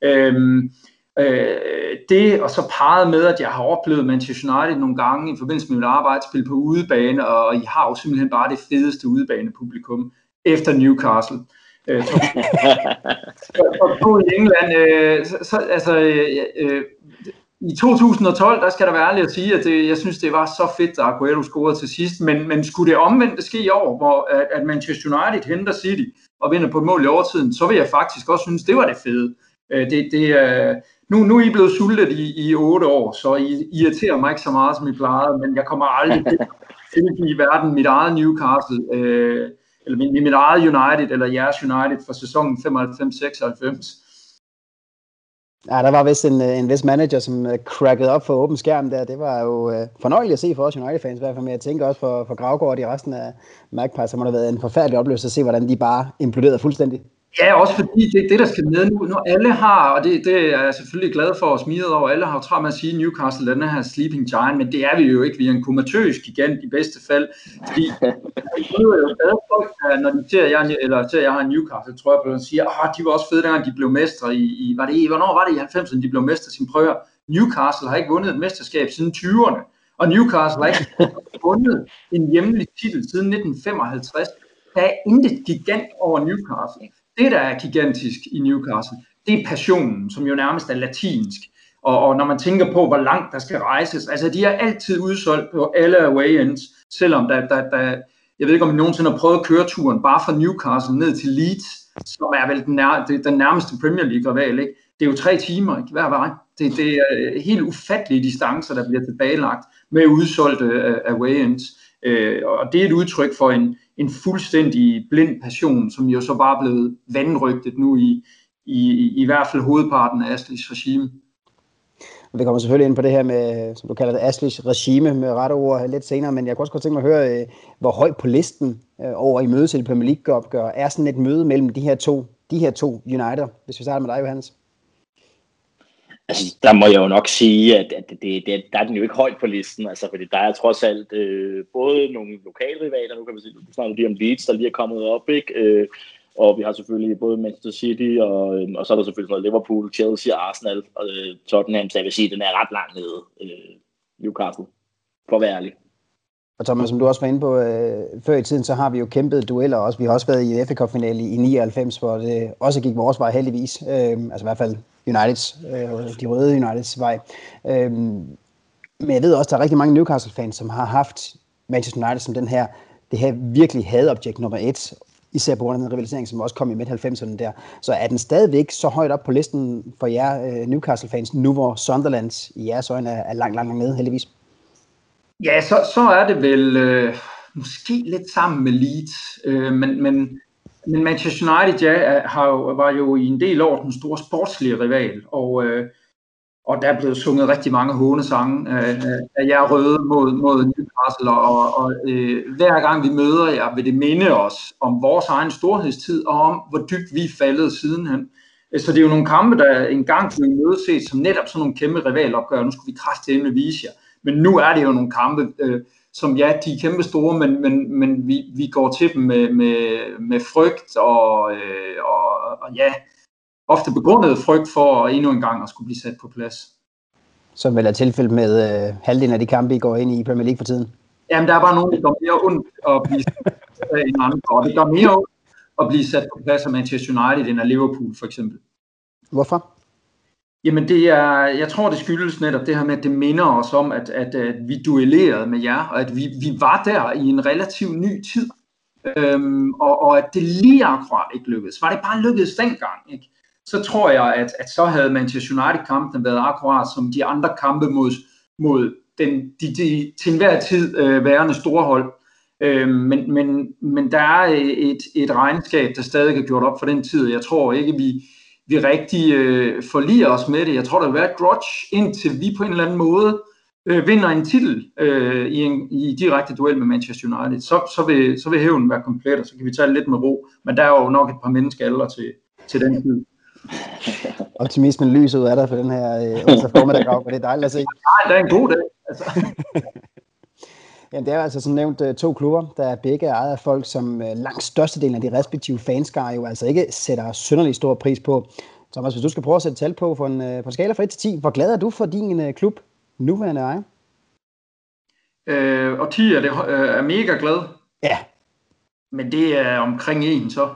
Det og så parret med, at jeg har oplevet Manchester United nogle gange i forbindelse med mit arbejde, spille på udebane, og I har jo simpelthen bare det fedeste udebanepublikum efter Newcastle. Så i England, i 2012, der skal der være ærlig at sige, at jeg synes, det var så fedt, at Aguero scorede til sidst, men skulle det omvendt ske i år, hvor at Manchester United henter City og vinder på et mål i overtiden, så vil jeg faktisk også synes, det var det fede. Nu er I blevet sultet i 8 år, så I irriterer mig ikke så meget, som I plejede, men jeg kommer aldrig til at give verden mit eget Newcastle, eller mit eget United, eller jeres United for sæsonen 95-96. Ja, der var vist en vis manager, som crackede op for åben skærm der. Det var jo fornøjeligt at se for os United-fans i hvert fald, men jeg tænker også for Gravgaard og de resten af Magpies, så må det have været en forfærdelig oplevelse at se, hvordan de bare imploderede fuldstændig. Ja, også fordi det der skal med nu, når alle har, og det er jeg selvfølgelig glad for at smide over, alle har jo travlt med at sige, Newcastle, den her sleeping giant, men det er vi jo ikke, vi er en komatøs gigant i bedste fald, fordi nu er jo stadig folk, når de ser jeg har en Newcastle, tror jeg på, og siger, de var også fede, dengang de blev mestre hvornår var det i 90'erne, de blev mestre sin prøver. Newcastle har ikke vundet et mesterskab siden 20'erne, og Newcastle har ikke vundet en hjemlig titel siden 1955. Der er intet gigant over Newcastle. Det, der er gigantisk i Newcastle, det er passionen, som jo nærmest er latinsk. Og når man tænker på, hvor langt der skal rejses, altså de er altid udsolgt på alle away ends, selvom jeg ved ikke, om I nogensinde har prøvet køreturen bare fra Newcastle ned til Leeds, som er vel den nærmeste Premier League-rival, ikke? Det er jo 3 timer, ikke, hver vej. Det er helt ufattelige distancer, der bliver tilbagelagt med udsolgte away ends. Og det er et udtryk for en fuldstændig blind passion, som jo så bare er blevet vandrygtet nu i hvert fald hovedparten af Ashleys regime. Vi kommer selvfølgelig ind på det her med, som du kalder det, Ashleys regime med rette ord lidt senere, men jeg kunne også godt tænke mig at høre, hvor højt på listen over i møde til Premier League-opgør er sådan et møde mellem de her to United, hvis vi starter med dig, Johannes. Altså, der må jeg jo nok sige, at der er den jo ikke højt på listen, altså, fordi der er trods alt både nogle lokale rivaler, nu kan vi sige, du snakker lige om Leeds, der lige er kommet op, ikke? Og vi har selvfølgelig både Manchester City, og så er der selvfølgelig noget Liverpool, Chelsea, Arsenal og Tottenham, så jeg vil sige, at den er ret langt nede, Newcastle, for at være ærlig. Og Thomas, som du også var inde på før i tiden, så har vi jo kæmpet dueller også. Vi har også været i FA Cup-finale i 99, hvor det også gik vores vej heldigvis. Altså i hvert fald Uniteds, de røde Uniteds vej. Men jeg ved også, at der er rigtig mange Newcastle-fans, som har haft Manchester United som det her virkelig hadobjekt nummer 1. Især på grund af den rivalisering, som også kom i midt-90'erne der. Så er den stadigvæk så højt op på listen for jer Newcastle-fans, nu hvor Sunderland i jeres øjne er langt nede, heldigvis? Ja, så er det vel måske lidt sammen med Leeds, men Manchester United var jo i en del år den store sportslige rival, og der er blevet sunget rigtig mange hånesange af jer røde mod Newcastle, og hver gang vi møder jer, vil det minde os om vores egen storhedstid, og om hvor dybt vi er faldet sidenhen. Så det er jo nogle kampe, der engang blev mødeset som netop sådan nogle kæmpe rivalopgør, nu skulle vi kraftedeme vise jer. Men nu er det jo nogle kampe, som de er kæmpe store, men vi går til dem med frygt og ofte begrundet frygt for endnu en gang at skulle blive sat på plads. Som vel er tilfældet med halvdelen af de kampe, I går ind i Premier League for tiden? Jamen, der er bare nogen, der går mere ondt at blive sat på plads end andre, og det gør mere ondt at blive sat på plads af Manchester United end af Liverpool for eksempel. Hvorfor? Jamen jeg tror det skyldes netop det her med, at det minder os om, at vi duellerede med jer, og at vi var der i en relativt ny tid, og at det lige akkurat ikke lykkedes. Var det bare lykkedes dengang, ikke? Så tror jeg, at så havde Manchester United-kampen været akkurat som de andre kampe mod de til enhver tid værende storhold. Men der er et regnskab, der stadig er gjort op for den tid, og jeg tror ikke, vi rigtig forliger os med det. Jeg tror, der vil være et grudge, indtil vi på en eller anden måde vinder en titel i direkte duel med Manchester United. Så vil hævnen være komplet, og så kan vi tage det lidt med ro. Men der er jo nok et par menneskealder til den tid. Optimismen lyser ud af dig for den her onsdag formiddag, og det er dejligt at se. Nej, det er en god dag. Altså. Jamen, det er altså som nævnt 2 klubber, der begge er ejet af folk, som langt størstedelen af de respektive fanskare jo altså ikke sætter synderlig stor pris på. Thomas, hvis du skal prøve at sætte tal på en skala fra 1 til 10, hvor glad er du for din klub nuværende ejer? Og 10 er mega glad. Ja. Men det er omkring 1 så.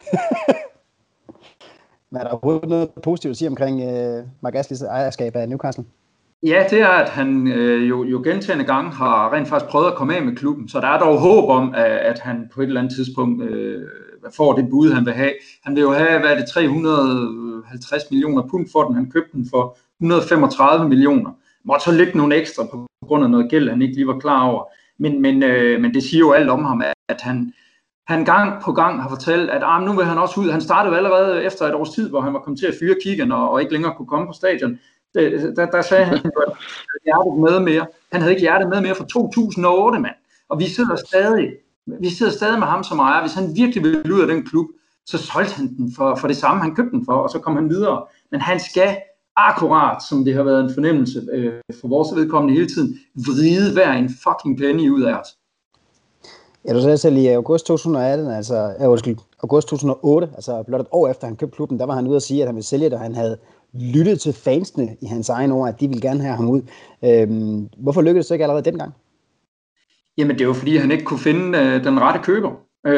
Men er der overhovedet noget positivt at sige omkring Mark Ashleys ejerskab af Newcastle? Ja, det er, at han jo gentagne gange har rent faktisk prøvet at komme af med klubben, så der er dog håb om, at han på et eller andet tidspunkt får det bud, han vil have. Han vil jo have, 350 millioner pund for den. Han købte den for 135 millioner. Måtte så lægge nogle ekstra på grund af noget gæld, han ikke lige var klar over. Men det siger jo alt om ham, at han gang på gang har fortalt, at nu vil han også ud. Han startede allerede efter et års tid, hvor han var kommet til at fyre Keegan og ikke længere kunne komme på stadion. Der sagde han, at han havde hjertet med mere. Han havde ikke hjertet med mere fra 2008, mand. Og vi sidder stadig med ham som ejer. Hvis han virkelig ville ud af den klub, så solgte han den for det samme, han købte den for, og så kom han videre. Men han skal akkurat, som det har været en fornemmelse for vores vedkommende hele tiden, vride hver en fucking penny ud af os. Ja, du sagde selv i august 2018, august 2008, altså blot et år efter han købte klubben, der var han ude at sige, at han ville sælge det, og han havde lyttet til fansene i hans egen ord, at de ville gerne have ham ud. Hvorfor lykkedes det så ikke allerede dengang? Jamen det var fordi, han ikke kunne finde den rette køber.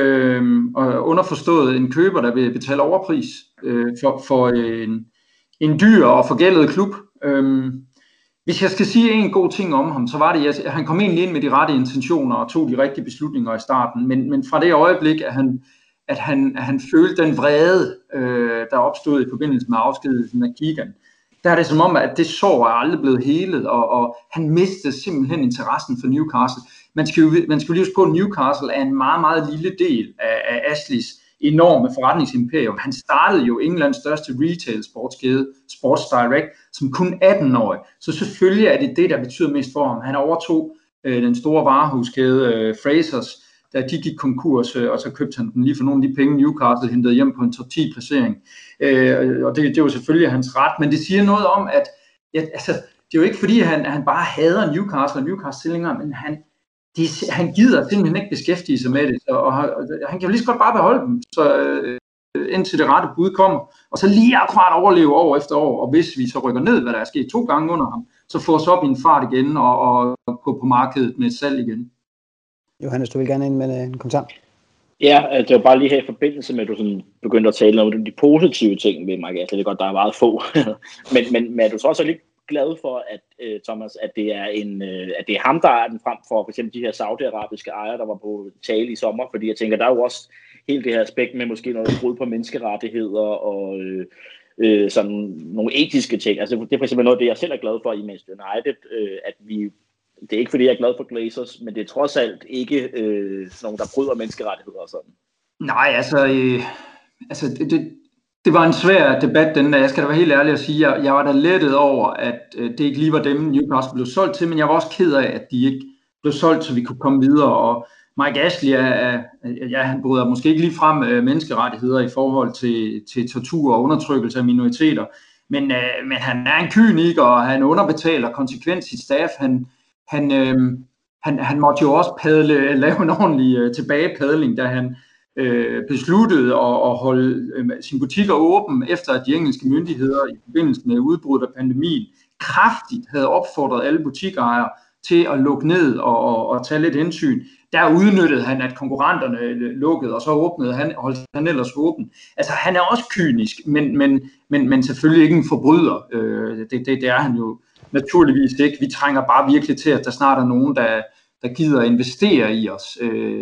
Og underforstået en køber, der vil betale overpris for en dyr og forgældet klub. Hvis jeg skal sige en god ting om ham, så var det, at han kom egentlig ind med de rette intentioner og tog de rigtige beslutninger i starten. Men fra det øjeblik, at han følte den vrede, der opstod i forbindelse med afskedigelsen af Keegan, der er det som om, at det sår er aldrig blevet helet, og han mistede simpelthen interessen for Newcastle. Man skal jo lige huske på, at Newcastle er en meget, meget lille del af Ashleys enorme forretningsimperium. Han startede jo Englands største retail sportskæde, Sports Direct, som kun 18-årig. Så selvfølgelig er det, der betyder mest for ham. Han overtog den store varehuskæde Frasers, da de gik konkurs, og så købte han den lige for nogle af de penge, Newcastle hentede hjem på en top 10 placering. Og det var selvfølgelig hans ret, men det siger noget om, at det er jo ikke fordi, han bare hader Newcastle og Newcastle-stillinger, men han gider simpelthen ikke beskæftige sig med det, og han kan jo lige så godt bare beholde dem, så indtil det rette bud kommer, og så lige akkurat overleve år efter år, og hvis vi så rykker ned, hvad der er sket 2 gange under ham, så få os op i en fart igen, og gå på markedet med et salg igen. Johannes, du vil gerne ind med en kommentar? Ja, det var bare lige her i forbindelse med, at du sådan begyndte at tale om de positive ting ved Mike Ashley. Det er godt, der er meget få, men er du så også lidt glad for, at Thomas, at det er ham, der er den frem for eksempel de her saudiarabiske ejere, der var på tale i sommer, fordi jeg tænker, der er jo også hele det her aspekt med måske noget brud på menneskerettigheder og sådan nogle etiske ting. Altså det er for eksempel noget, det jeg selv er glad for i Manchester United, at det er ikke fordi, jeg er glad for Glazers, men det er trods alt ikke nogen, der bryder menneskerettigheder og sådan. Nej, det var en svær debat, den der. Jeg skal da være helt ærlig at sige, jeg var da lettet over, at det ikke lige var dem, Newcastle blev solgt til, men jeg var også ked af, at de ikke blev solgt, så vi kunne komme videre. Og Mike Ashley han bryder måske ikke lige frem menneskerettigheder i forhold til tortur og undertrykkelse af minoriteter, men han er en kyniker, og han underbetaler konsekvent sit staff. Han måtte jo også lave en ordentlig tilbagepadling, da han besluttede at holde sine butikker åbne, efter at de engelske myndigheder i forbindelse med udbruddet af pandemien kraftigt havde opfordret alle butikejere til at lukke ned og tage lidt hensyn. Der udnyttede han, at konkurrenterne lukkede, og så holdt han ellers åben. Altså han er også kynisk, men selvfølgelig ikke en forbryder. Det er han jo naturligvis ikke. Vi trænger bare virkelig til, at der snart er nogen, der gider investere i os.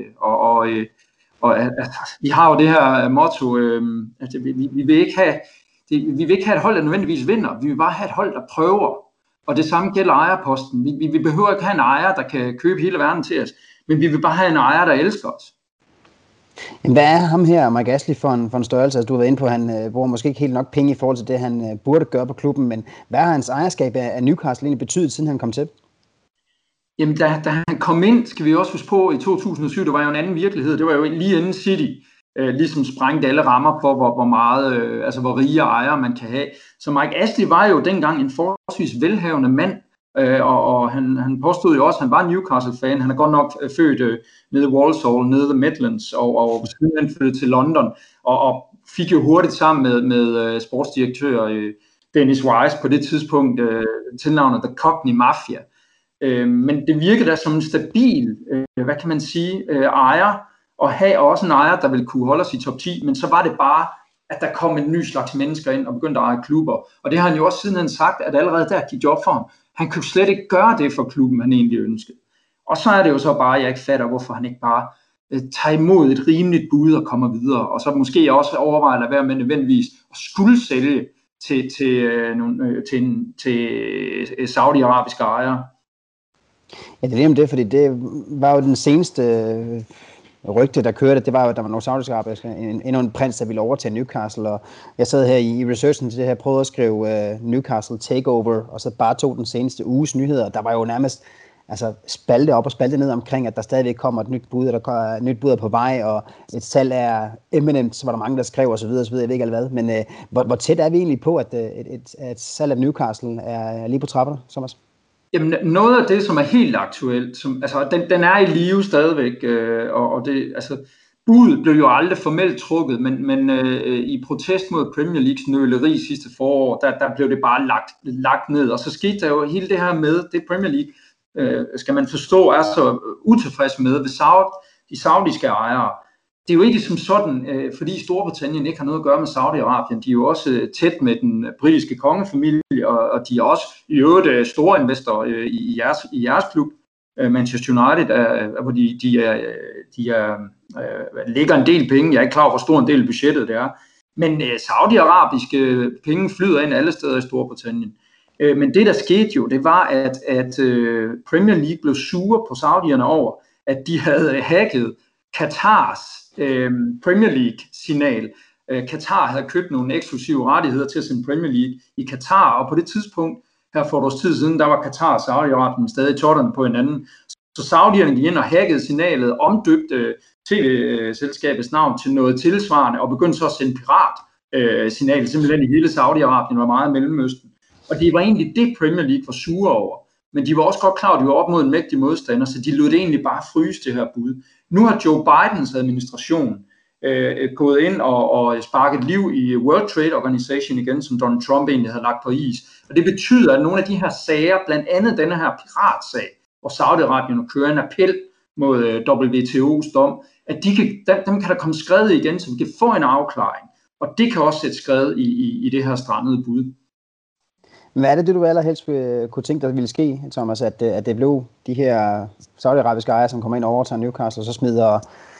Og vi har jo det her motto, at vi vil ikke have et hold, der nødvendigvis vinder. Vi vil bare have et hold, der prøver. Og det samme gælder ejerposten. Vi behøver ikke have en ejer, der kan købe hele verden til os, men vi vil bare have en ejer, der elsker os. Hvad er ham her, Mike Ashley, for en størrelse? Altså, du har været inde på, at han bruger måske ikke helt nok penge i forhold til det, han burde gøre på klubben, men hvad har hans ejerskab af Newcastle egentlig betydet, siden han kom til? Jamen, da han kom ind, skal vi også huske på, i 2007, der var jo en anden virkelighed. Det var jo lige inden City ligesom sprængte alle rammer for, hvor meget, hvor rige ejere man kan have. Så Mike Ashley var jo dengang en forholdsvis velhavende mand, og han påstod jo også, at han var Newcastle-fan. Han er godt nok født nede i Walsall, nede i The Midlands, og siden flyttede til London, og fik jo hurtigt sammen med sportsdirektør Dennis Wise på det tidspunkt tilnavnet The Cockney Mafia. Men det virkede da som en stabil, ejer, og have også en ejer, der ville kunne holde os i top 10, men så var det bare, at der kom en ny slags mennesker ind og begyndte at eje klubber. Og det har han jo også siden han sagt, at allerede der gik job for ham. Han kunne slet ikke gøre det for klubben, han egentlig ønskede. Og så er det jo så bare, jeg ikke fatter, hvorfor han ikke bare tager imod et rimeligt bud og kommer videre. Og så måske også overveje at være med nødvendigvis at skulle sælge til saudi-arabiske ejere. Ja, det er om det, fordi det var jo den seneste rygte, der kørte, det var jo, at der var nogle saudiske endnu en prins, der ville overtage Newcastle, og jeg sad her i researchen til det her, prøvede at skrive Newcastle Takeover, og så bare tog den seneste uges nyheder, der var jo nærmest spalte op og spalte ned omkring, at der stadigvæk kommer et nyt bud, og der er et nyt bud på vej, og et salg er imminent, så var der mange, der skrev osv., jeg ved ikke hvad, men hvor tæt er vi egentlig på, at et salg af Newcastle er lige på trapperne, Thomas? Jamen, noget af det, som er helt aktuelt, den er i live stadigvæk, og det, budet blev jo aldrig formelt trukket, men i protest mod Premier Leagues nøleri sidste forår, der blev det bare lagt ned, og så skete der jo hele det her med, det Premier League, skal man forstå, er så utilfreds med ved de saudiske ejere. Det er jo ikke som sådan, fordi Storbritannien ikke har noget at gøre med Saudi-Arabien. De er jo også tæt med den britiske kongefamilie, og de er også i øvrigt store investorer i jeres klub, Manchester United, hvor de lægger en del penge. Jeg er ikke klar over, hvor stor en del af budgettet det er. Men saudi-arabiske penge flyder ind alle steder i Storbritannien. Men det, der skete jo, det var, at Premier League blev sure på saudierne over, at de havde hacket Qatars Premier League-signal. Qatar havde købt nogle eksklusive rettigheder til at sende Premier League i Qatar, og på det tidspunkt, her for et års tid siden, der var Qatar og Saudi-Arabien stadig totterne på hinanden. Så saudierne gik ind og hackede signalet, omdøbte tv-selskabets navn til noget tilsvarende, og begyndte så at sende pirat-signalet simpelthen i hele Saudi-Arabien og meget Mellemøsten. Og det var egentlig det, Premier League var sure over. Men de var også godt klar, at de var op mod en mægtig modstander, så de lod det egentlig bare fryse det her bud. Nu har Joe Bidens administration gået ind og sparket liv i World Trade Organization igen, som Donald Trump egentlig havde lagt på is. Og det betyder, at nogle af de her sager, blandt andet denne her piratsag, hvor Saudi-Arabien kører en appel mod WTO's dom, at dem kan der komme skred igen, så vi kan få en afklaring. Og det kan også sætte skred i det her strandede bud. Hvad er det, du allerhelst kunne tænke dig ville ske, Thomas, at det blev de her saudiarabiske ejere, som kommer ind og overtager Newcastle, og så smider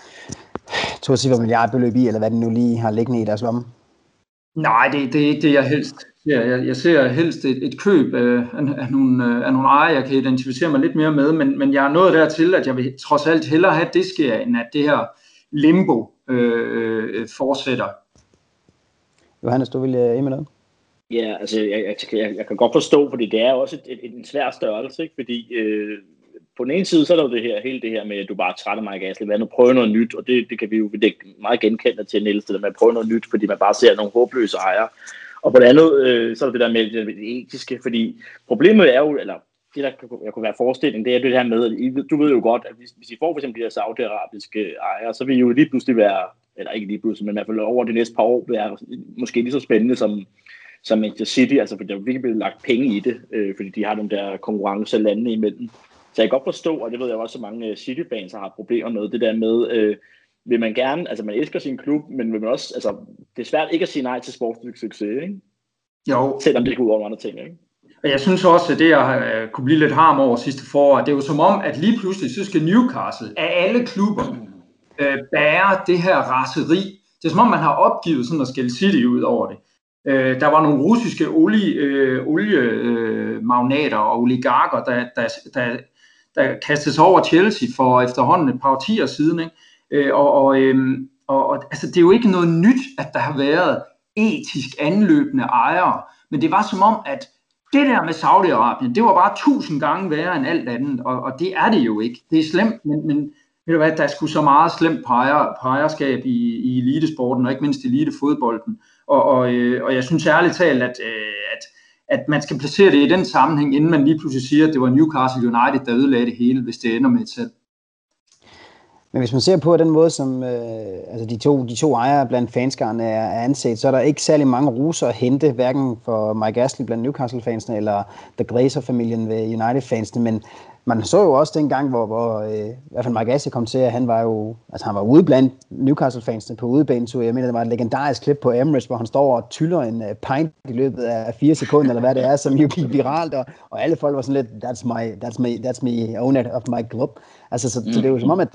2 milliardbeløb i, eller hvad den nu lige har liggende i deres lomme? Nej, det er ikke det, jeg helst ser. Jeg ser helst et køb af nogle ejere, jeg kan identificere mig lidt mere med, men jeg er nået dertil, at jeg vil trods alt hellere have, at det sker, end at det her limbo fortsætter. Johannes, du vil med noget? Ja, altså jeg kan godt forstå, fordi det er også en svær størrelse, ikke? Fordi på den ene side, så er der jo hele det her med, at du bare er træt af Mike Ashley, hvad nu prøve noget nyt, og det kan vi jo meget genkende til Niels, det der med at prøve noget nyt, fordi man bare ser nogle håbløse ejere. Og på det andet, så er det der med det etiske, fordi problemet er jo, eller det der kunne være forestilling, det er det her med, at du ved jo godt, at hvis I får for eksempel de her saudiarabiske ejere, så vil I jo lige pludselig være, eller ikke lige pludselig, men i hvert fald over de næste par år, være måske lige så spændende som Manchester City, altså fordi der er virkelig blevet lagt penge i det, fordi de har den der konkurrence landene imellem. Så jeg kan godt forstå, og det ved jeg også, at mange City-fans har problemer med, det der med, vil man gerne, altså man elsker sin klub, men vil man også, altså det er svært ikke at sige nej til sportslig succes, ikke? Jo. Selvom det går ud over andre ting, ikke? Og jeg synes også, at det jeg kunne blive lidt harm over sidste forår, det er jo som om, at lige pludselig, så skal Newcastle af alle klubber bære det her raseri. Det er som om, man har opgivet sådan at skælde City ud over det. Der var nogle russiske oliemagnater og oligarker, der kastede sig over Chelsea for efterhånden et par årtier siden. Ikke? Altså, det er jo ikke noget nyt, at der har været etisk anløbende ejere, men det var som om, at det der med Saudi-Arabien, det var bare 1000 gange værre end alt andet, og det er det jo ikke. Det er slemt, men ved du hvad, der er sgu så meget slemt på ejerskab i elitesporten, og ikke mindst elitefodbolden. Og jeg synes ærligt talt, at man skal placere det i den sammenhæng, inden man lige pludselig siger, at det var Newcastle United, der ødelagde det hele, hvis det ender med et salg. Men hvis man ser på den måde, som de to ejere blandt fanskaren er anset, så er der ikke særlig mange roser at hente, hverken for Mike Ashley blandt Newcastle-fansene, eller The Glazer-familien ved United-fansene, men man så jo også dengang, hvor i hvert fald Mike Ashley kom til, at han var ude blandt Newcastle-fansene på udebanetur. Jeg mener, det var et legendarisk klip på Emirates, hvor han står og tyller en pint i løbet af 4 sekunder, eller hvad det er, som jo gik viralt, og alle folk var sådan lidt, that's me owner of my club. Altså, så det er jo som om, at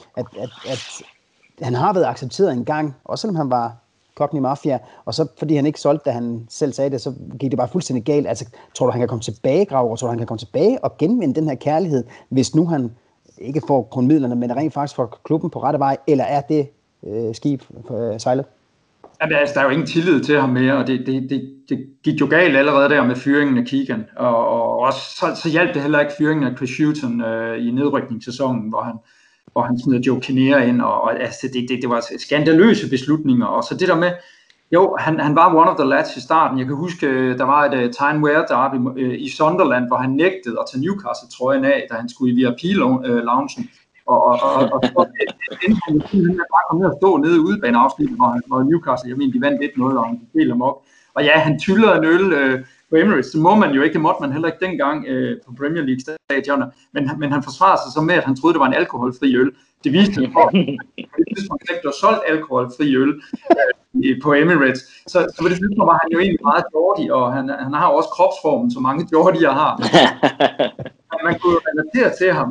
han har været accepteret en gang, også selvom han var Cockney Mafia, og så fordi han ikke solgte, da han selv sagde det, så gik det bare fuldstændig galt. Altså, tror du, han kan komme tilbage, Graver? Tror du, han kan komme tilbage og genvinde den her kærlighed, hvis nu han ikke får grundmidlerne, men rent faktisk får klubben på rette vej, eller er det skib sejlet? Ja, altså, der er jo ingen tillid til ham mere, og det gik jo galt allerede der med fyringen af Keegan, og også så hjalp det heller ikke fyringen af Chris Hughton i nedrykningssæsonen, hvor han smed Joe Kinnear ind, og altså, det var skandaløse beslutninger, og så det der med, jo, han var one of the lads i starten. Jeg kan huske, der var et Tyne Wear derby i Sunderland, hvor han nægtede at tage Newcastle-trøjen af, da han skulle i VIP-loungen. Og så endte han bare kom ned og stå nede i udebaneafsnittet, hvor Newcastle, jeg mener, de vandt 1-0, og han delte dem op. Og ja, han tyllede en øl på Emirates. Det må man jo ikke, det måtte man heller ikke dengang på Premier League-stadioner. Men han forsvarede sig så med, at han troede, det var en alkoholfri øl. Det viste sig for, at det var solgt alkoholfri øl på Emirates. Så på det tidspunkt var han jo egentlig meget Geordie, og han har også kropsformen, som mange Geordier har. Man kunne relatere til ham,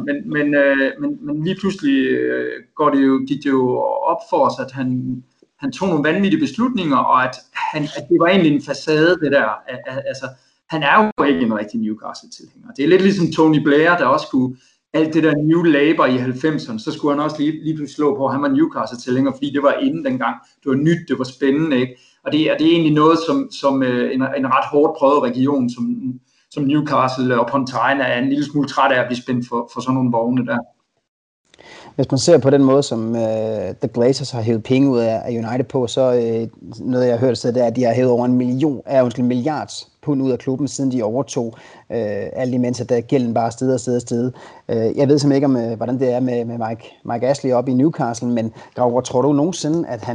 men lige pludselig gik det jo op for os, at han tog nogle vanvittige beslutninger, og at det var egentlig en facade, det der. Altså, han er jo ikke en rigtig Newcastle-tilhænger. Det er lidt ligesom Tony Blair, der også skulle alt det der New Labour i 90'erne, så skulle han også lige pludselig slå på, at han var Newcastle-tilhænger, fordi det var inden dengang. Det var nyt, det var spændende, ikke? Og det er egentlig noget, som en ret hårdt prøvet region, som Newcastle og Pontine er en lille smule træt af at blive spændt for sådan nogle vogne der. Hvis man ser på den måde, som The Glazers har hævet penge ud af United på, så noget, jeg har hørt, det er, at de har hævet over en milliard pund ud af klubben, siden de overtog, alt imens at gælden bare stede. Jeg ved simpelthen ikke, om hvordan det er med Mike Ashley oppe i Newcastle, men Gravgaard, tror du nogensinde, at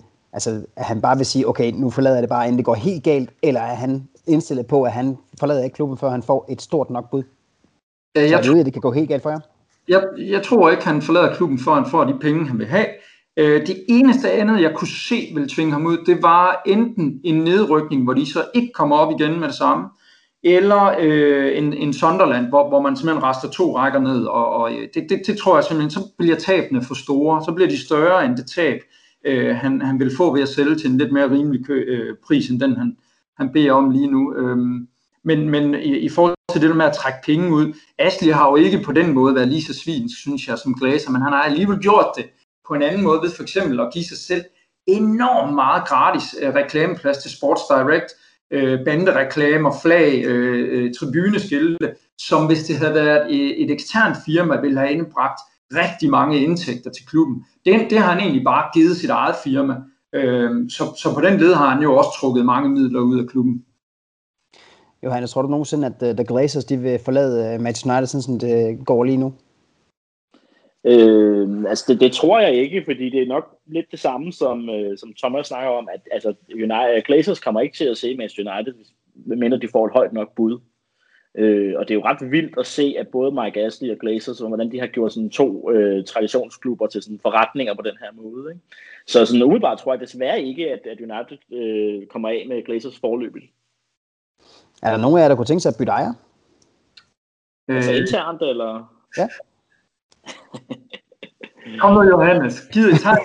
han bare vil sige, okay, nu forlader jeg det bare, inden det går helt galt, eller er han indstillet på, at han forlader ikke klubben, før han får et stort nok bud? Jeg tror, at det kan gå helt galt for jer? Jeg tror ikke, han forlader klubben, før han får de penge, han vil have. Det eneste andet, jeg kunne se ville tvinge ham ud, det var enten en nedrykning, hvor de så ikke kommer op igen med det samme, eller en Sunderland, hvor man simpelthen raster 2 rækker ned. Og det tror jeg simpelthen, så bliver tabene for store. Så bliver de større end det tab, han vil få ved at sælge til en lidt mere rimelig pris, end den han beder om lige nu. Men i forhold til det der med at trække penge ud, Ashley har jo ikke på den måde været lige så svinsk, synes jeg, som Glazer, men han har alligevel gjort det på en anden måde, ved for eksempel at give sig selv enormt meget gratis reklameplads til Sports Direct, bandereklamer, flag, tribuneskilte, som hvis det havde været et eksternt firma, ville have indbragt rigtig mange indtægter til klubben. Det har han egentlig bare givet sit eget firma, så på den led har han jo også trukket mange midler ud af klubben. Johannes, tror du nogensinde, at The Glazers de vil forlade Manchester United, sådan som det går lige nu? Altså det tror jeg ikke, fordi det er nok lidt det samme, som Thomas snakker om, at altså, Glazers kommer ikke til at se Manchester United, medmindre de får et højt nok bud. Og det er jo ret vildt at se, at både Mike Ashley og Glazers, hvordan de har gjort sådan 2 traditionsklubber til sådan forretninger på den her måde. Ikke? Så sådan umiddelbart tror jeg desværre ikke, at United kommer af med Glazers forløbigt. Er der nogen af jer, der kunne tænke sig at bytte ejer? Altså internt, eller? Ja. Kom nu, Johannes. Giv et tak.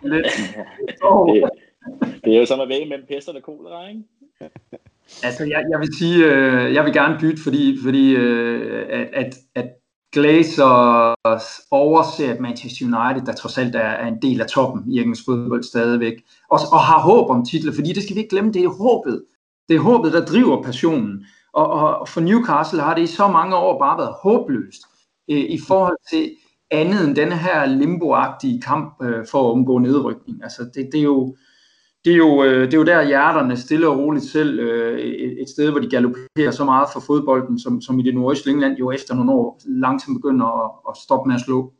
Det er jo som at vælge mellem pest og kolera, ikke? Altså, jeg vil sige, jeg vil gerne bytte, fordi at Glazers overser Manchester United, der trods alt er en del af toppen i engelsk fodbold stadigvæk, og har håb om titler, fordi det skal vi ikke glemme, det er håbet. Det er håbet, der driver passionen. Og for Newcastle har det i så mange år bare været håbløst i forhold til andet end denne her limboagtige kamp for at undgå nedrykning. Altså det er jo der hjerterne stille og roligt selv et sted, hvor de galopperer så meget for fodbolden, som i det nordøstlige England jo efter nogle år langsomt begynder at stoppe med at slå.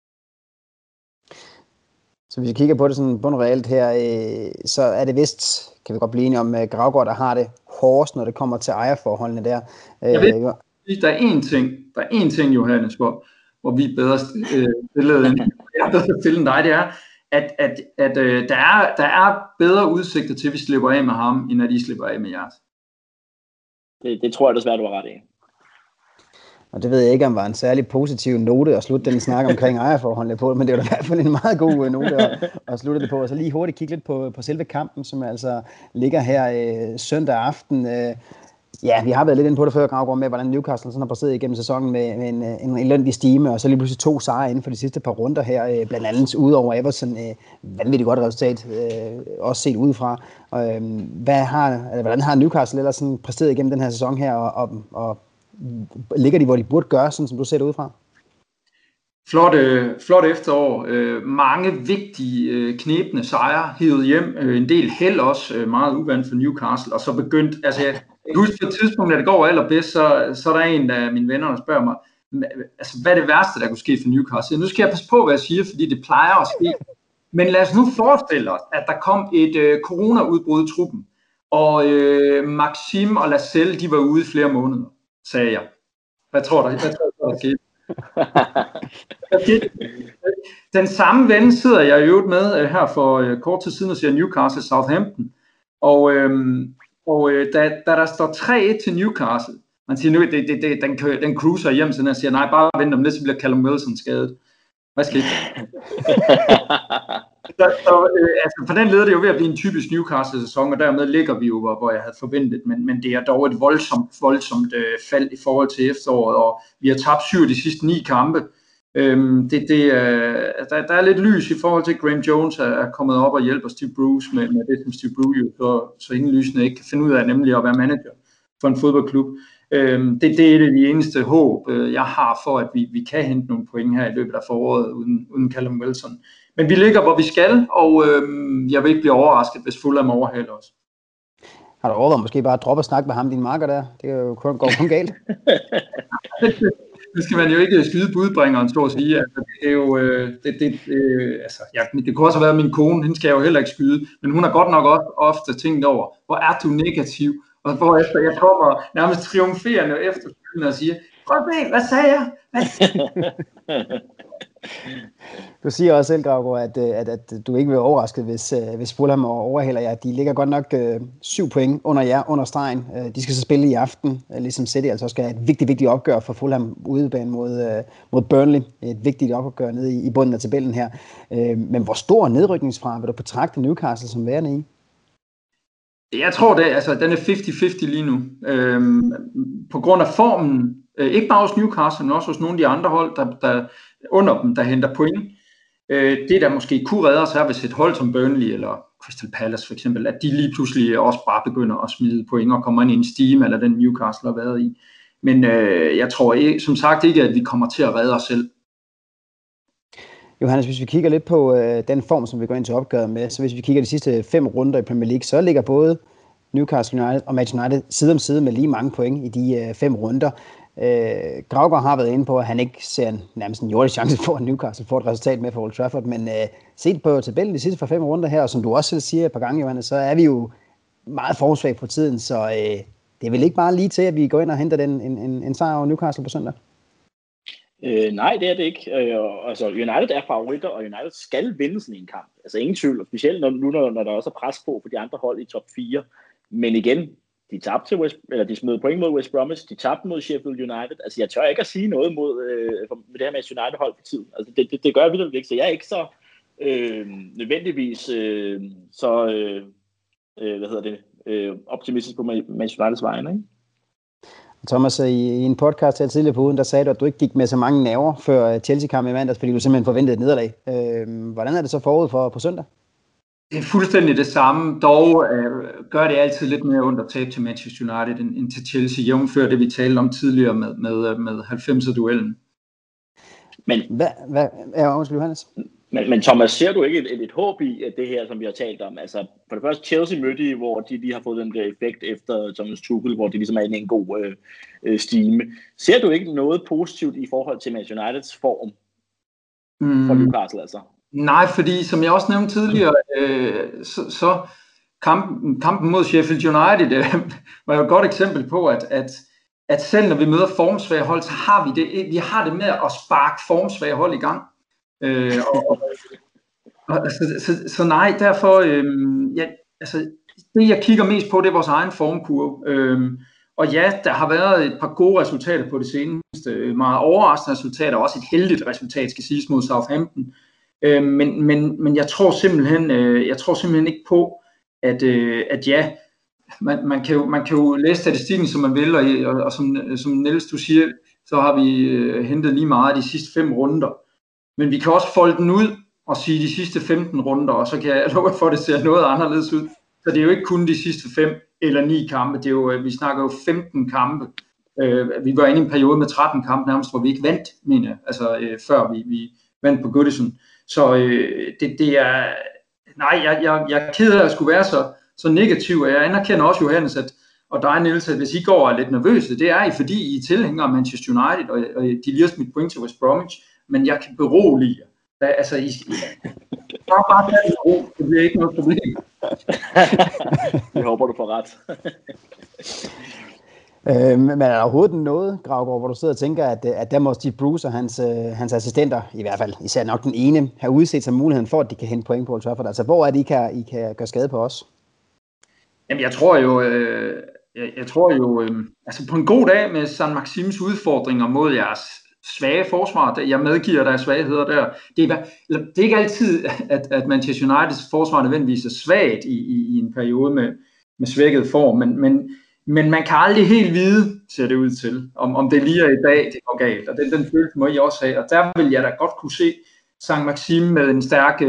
Så hvis vi kigger på det sådan bundreelt her, så er det vist, kan vi godt blive enige om, Gravgaard, der har det hårdest, når det kommer til ejerforholdene der. Jeg ved, der er én ting, Johannes, hvor vi er bedre stillet end dig, det er, at der er bedre udsigter til, at vi slipper af med ham, end at I slipper af med jeres. Det tror jeg desværre, du har ret i. Og det ved jeg ikke, om var en særlig positiv note at slutte den snak omkring ejerforholdene på, men det var i hvert fald en meget god note at slutte det på. Og så lige hurtigt kigge lidt på selve kampen, som altså ligger her søndag aften. Ja, vi har været lidt inde på det før, Gravgaard, med hvordan Newcastle sådan har præsteret igennem sæsonen med en elendig stime, og så lige pludselig 2 sejre inden for de sidste par runder her, blandt andet ud over Everton. Vanvittigt godt resultat, også set udefra. Hvordan har Newcastle ellers sådan præsteret igennem den her sæson her, og ligger de, hvor de burde gøre, sådan som du ser det udefra? Flot efterår. Mange vigtige knebne sejre hivet hjem. En del held også, meget uvant for Newcastle. Og så begyndt, altså jeg husker på et tidspunkt, at det går allerbedst, så er der en af mine venner, der spørger mig, altså hvad er det værste, der kunne ske for Newcastle? Nu skal jeg passe på, hvad jeg siger, fordi det plejer at ske. Men lad os nu forestille os, at der kom et coronaudbrud i truppen, og Maxim og Lascelles, de var ude i flere måneder, sagde jeg. Hvad tror du, der skete? Den samme ven sidder jeg i øvrigt med her for kort tid siden og ser Newcastle Southampton, og da der står 3-1 til Newcastle, man siger nu, den cruiser hjem, så den siger, nej, bare vent om lidt, så bliver Callum Wilson skadet. Hvad skete altså på den led er det jo ved at blive en typisk Newcastle-sæson, og dermed ligger vi jo, hvor jeg havde forventet, men det er dog et voldsomt fald i forhold til efteråret, og vi har tabt 7 af de sidste 9 kampe. Der er lidt lys i forhold til, at Graham Jones er kommet op og hjælper Steve Bruce med det, som Steve Bruce jo så indlysende ikke kan finde ud af, nemlig at være manager for en fodboldklub. Det er et af de eneste håb, jeg har for, at vi kan hente nogle point her i løbet af foråret uden Callum Wilson. Men vi ligger, hvor vi skal, og jeg vil ikke blive overrasket, hvis Fulham overhaler os. Har du overvejet måske bare at droppe og snakke med ham, din marker der? Det går kun galt. Det skal man jo ikke skyde budbringeren, så at sige. Altså, det er jo, det kunne også have været min kone, hende skal jeg jo heller ikke skyde, men hun har godt nok også ofte tænkt over, hvor er du negativ? Og hvorefter jeg kommer nærmest triumferende efterfølgende og siger, prøv at se, hvad sagde jeg? Du siger også selv, Gravgaard, at du ikke vil være overrasket, hvis Fulham overhælder jer. De ligger godt nok 7 point under jer, under stregen. De skal så spille i aften, ligesom City altså skal have et vigtigt opgør for Fulham udebane mod Burnley. Et vigtigt opgør nede i bunden af tabellen her. Men hvor stor nedrykningsfra vil du betragte Newcastle som værende i? Jeg tror det, altså den er 50-50 lige nu. På grund af formen, ikke bare hos Newcastle, men også hos nogle af de andre hold, der under dem, der henter point. Det der måske kunne redde os her, hvis et hold som Burnley eller Crystal Palace for eksempel, at de lige pludselig også bare begynder at smide point og kommer ind i en stime, eller den Newcastle har været i. Men jeg tror ikke, som sagt ikke, at vi kommer til at redde os selv. Johannes, hvis vi kigger lidt på den form, som vi går ind til opgøret med, så hvis vi kigger de sidste 5 runder i Premier League, så ligger både Newcastle United og Manchester United side om side med lige mange point i de 5 runder. Gravgaard har været inde på, at han ikke ser nærmest en jordisk chance for, at Newcastle får et resultat med for Old Trafford, men set på tabellen de sidste 5 runder her, og som du også selv siger et par gange, Johannes, så er vi jo meget formsvagt på tiden, så det er vel ikke bare lige til, at vi går ind og henter en sejr over Newcastle på søndag? Nej, det er det ikke. Altså, United er favoritter, og United skal vinde sådan en kamp. Altså ingen tvivl, specielt når der også er pres på for de andre hold i top 4. Men igen, de tabte til de smed point mod West Bromwich, de tabte mod Sheffield United. Altså jeg tør ikke at sige noget med det her med United hold for tiden. Altså det gør jeg virkelig ikke, så jeg er ikke så nødvendigvis optimistisk på Manchester Uniteds vegne, ikke? Thomas, i en podcast her tidligere på ugen, der sagde du, at du ikke gik med så mange nerver før Chelsea-kampen i mandags, fordi du simpelthen forventede et nederlag. Hvordan er det så forud for på søndag? Det er fuldstændig det samme. Dog gør det altid lidt mere ondt at tabe til Manchester United end til Chelsea, jævnfør det vi talte om tidligere med 90'er-duellen. Men undskyld, Johannes. Men Thomas, ser du ikke et håb i at det her, som vi har talt om? Altså, for det første Chelsea mødte, hvor de lige har fået den der effekt efter Thomas Tuchel, hvor de ligesom er inde i en god stime. Ser du ikke noget positivt i forhold til Manchester Uniteds form for Newcastle, altså? Nej, fordi som jeg også nævnte tidligere, så kampen mod Sheffield United var jo et godt eksempel på, at selv når vi møder formsvage hold, så har vi har det med at sparke formsvage hold i gang. Så nej, derfor det jeg kigger mest på, det er vores egen formkurve. Og ja, der har været et par gode resultater på det seneste, meget overraskende resultater, og også et heldigt resultat, skal siges, mod Southampton. Men jeg tror simpelthen ikke på, at man kan jo læse statistikken, som man vil, og som Niels, du siger, så har vi hentet lige meget de sidste 5 runder. Men vi kan også folde den ud og sige de sidste 15 runder, og så kan jeg love for, at det ser noget anderledes ud. Så det er jo ikke kun de sidste 5 eller 9 kampe, det er jo, vi snakker jo 15 kampe. Vi var inde i en periode med 13 kampe nærmest, hvor vi ikke vandt, mener jeg, før vi vandt på Goodison. Så det er... Nej, jeg er ked af at skulle være så negativ, og jeg anerkender også, Johannes, og dig, Niels, at hvis I går lidt nervøse, det er fordi I er tilhængere af Manchester United, og de lige har smidt point til West Bromwich, men jeg kan berolige jer. Altså, I bare tage det ro, det bliver ikke noget problem. Jeg håber, du får ret. Men er der overhovedet noget, Gravgaard, hvor du sidder og tænker, at der må Steve Bruce og hans assistenter, i hvert fald især nok den ene, have udset sig muligheden for, at de kan hente point på Old Trafford? Altså, hvor er det, I kan gøre skade på os? Jamen, jeg tror jo, altså på en god dag med San Maxims udfordringer mod jeres svage forsvar, jeg medgiver, der er svagheder der. Det er ikke altid, at Manchester Uniteds forsvar nødvendigvis er svagt i en periode med svækket form, men man kan aldrig helt vide, ser det ud til, om det lige er i dag, det går galt. Og den følelse må I også have. Og der vil jeg da godt kunne se San Maxim med en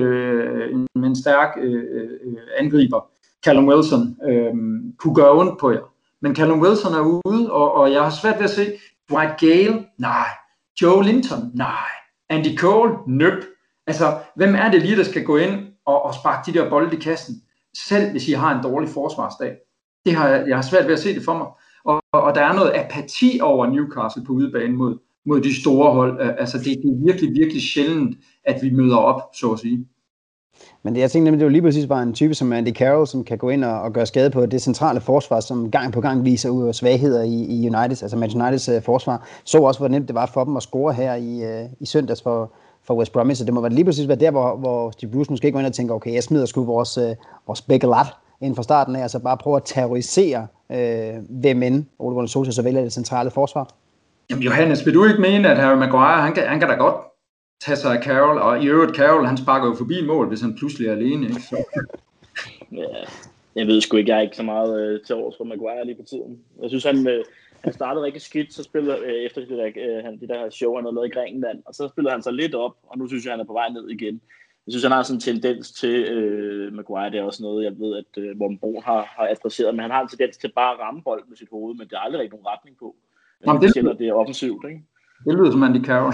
stærk angriber, Callum Wilson, kunne gøre ondt på jer. Men Callum Wilson er ude, og jeg har svært ved at se Dwight Gale, nej. Joe Linton, nej. Andy Cole, nøp. Altså, hvem er det lige, der skal gå ind og sparke de der bolde i kassen, selv hvis I har en dårlig forsvarsdag? Jeg har svært ved at se det for mig. Og der er noget apati over Newcastle på udebane mod de store hold. Altså, det er virkelig, virkelig sjældent, at vi møder op, så at sige. Men jeg tænkte nemlig, det var lige præcis bare en type som Andy Carroll, som kan gå ind og gøre skade på det centrale forsvar, som gang på gang viser ud af svagheder i Uniteds, altså Manchester Uniteds forsvar. Så også, hvor nemt det var for dem at score her i søndags for West Bromwich. Så det må lige præcis være der, hvor Steve Bruce måske går ind og tænker, okay, jeg smider sgu vores begge lat inden fra starten af, altså bare prøve at terrorisere hvem end Ole Gunnar Solskjaer så vælger det centrale forsvar. Jamen Johannes, vil du ikke mene, at Harry Maguire, han kan da godt tage sig af Carroll, og i øvrigt Carroll, han sparker jo forbi mål, hvis han pludselig er alene, ikke? Så. Ja, jeg ved sgu ikke, jeg er ikke så meget til års for Maguire lige på tiden. Jeg synes, han startede rigtig skidt, så spillede efter det der show, han havde lavet i Grækenland, og så spillede han sig lidt op, og nu synes jeg, han er på vej ned igen. Jeg synes, han har sådan en tendens til Maguire, det er også noget, jeg ved, at Morten Brun har adresseret, men han har en tendens til bare at ramme bolden med sit hoved, men det er aldrig rigtig nogen retning på. Det er offensivt, ikke? Det lyder som Andy Carroll.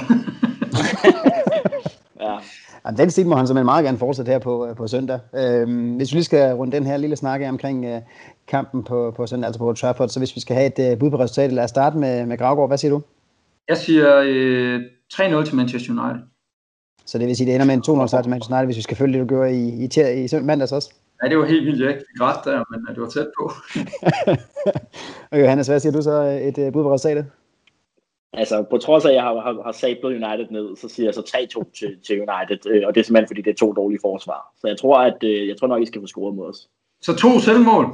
Ja. Jamen, den stil må han simpelthen meget gerne fortsætte her på søndag. Hvis vi lige skal runde den her lille snak omkring kampen på søndag, altså på Old Trafford, så hvis vi skal have et bud på resultatet, lad os starte med Gravgaard. Hvad siger du? Jeg siger 3-0 til Manchester United. Så det vil sige, det ender med en 2-0 sejr til Manchester United, hvis vi skal følge det, du gjorde i mandags også? Nej, det var helt vildt, jeg ikke fik ret der, men det var tæt på. Og Johannes, hvad siger du så et bud på resultatet? Altså, på trods af, at jeg har sablet United ned, så siger jeg så 3-2 til United, og det er simpelthen, fordi det er 2 dårlige forsvar. Så jeg tror nok, I skal få scoret mod os. Så 2 selvmål?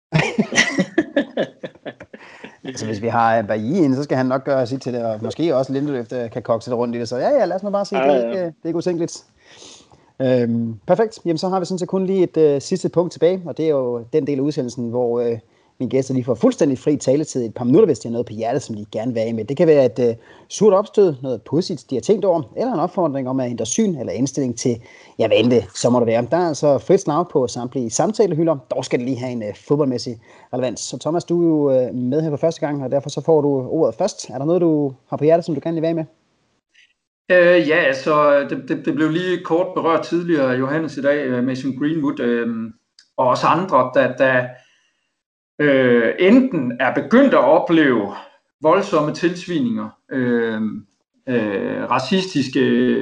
Så hvis vi har Bailly inde, så skal han nok gøre sit til det, og måske også Lindeløf kan kokse det rundt i det. Så ja, lad os nu bare se, det er ikke utænkeligt. Perfekt. Jamen, så har vi sådan set kun lige et sidste punkt tilbage, og det er jo den del af udsendelsen, hvor mine gæster lige får fuldstændig fri taletid et par minutter, hvis de har noget på hjertet, som de gerne vil af med. Det kan være et surt opstød, noget pudsigt, de har tænkt over, eller en opfordring om at ændre syn eller indstilling til, hvad end det så må det være. Der er altså frit slag på samtlige samtalehylder, dog skal det lige have en fodboldmæssig relevans. Så Thomas, du er jo med her for første gang, og derfor så får du ordet først. Er der noget, du har på hjertet, som du gerne vil af med? Ja, altså det blev lige kort berørt tidligere, Johannes i dag, Mason Greenwood og også andre, der enten er begyndt at opleve voldsomme tilsvininger, racistiske,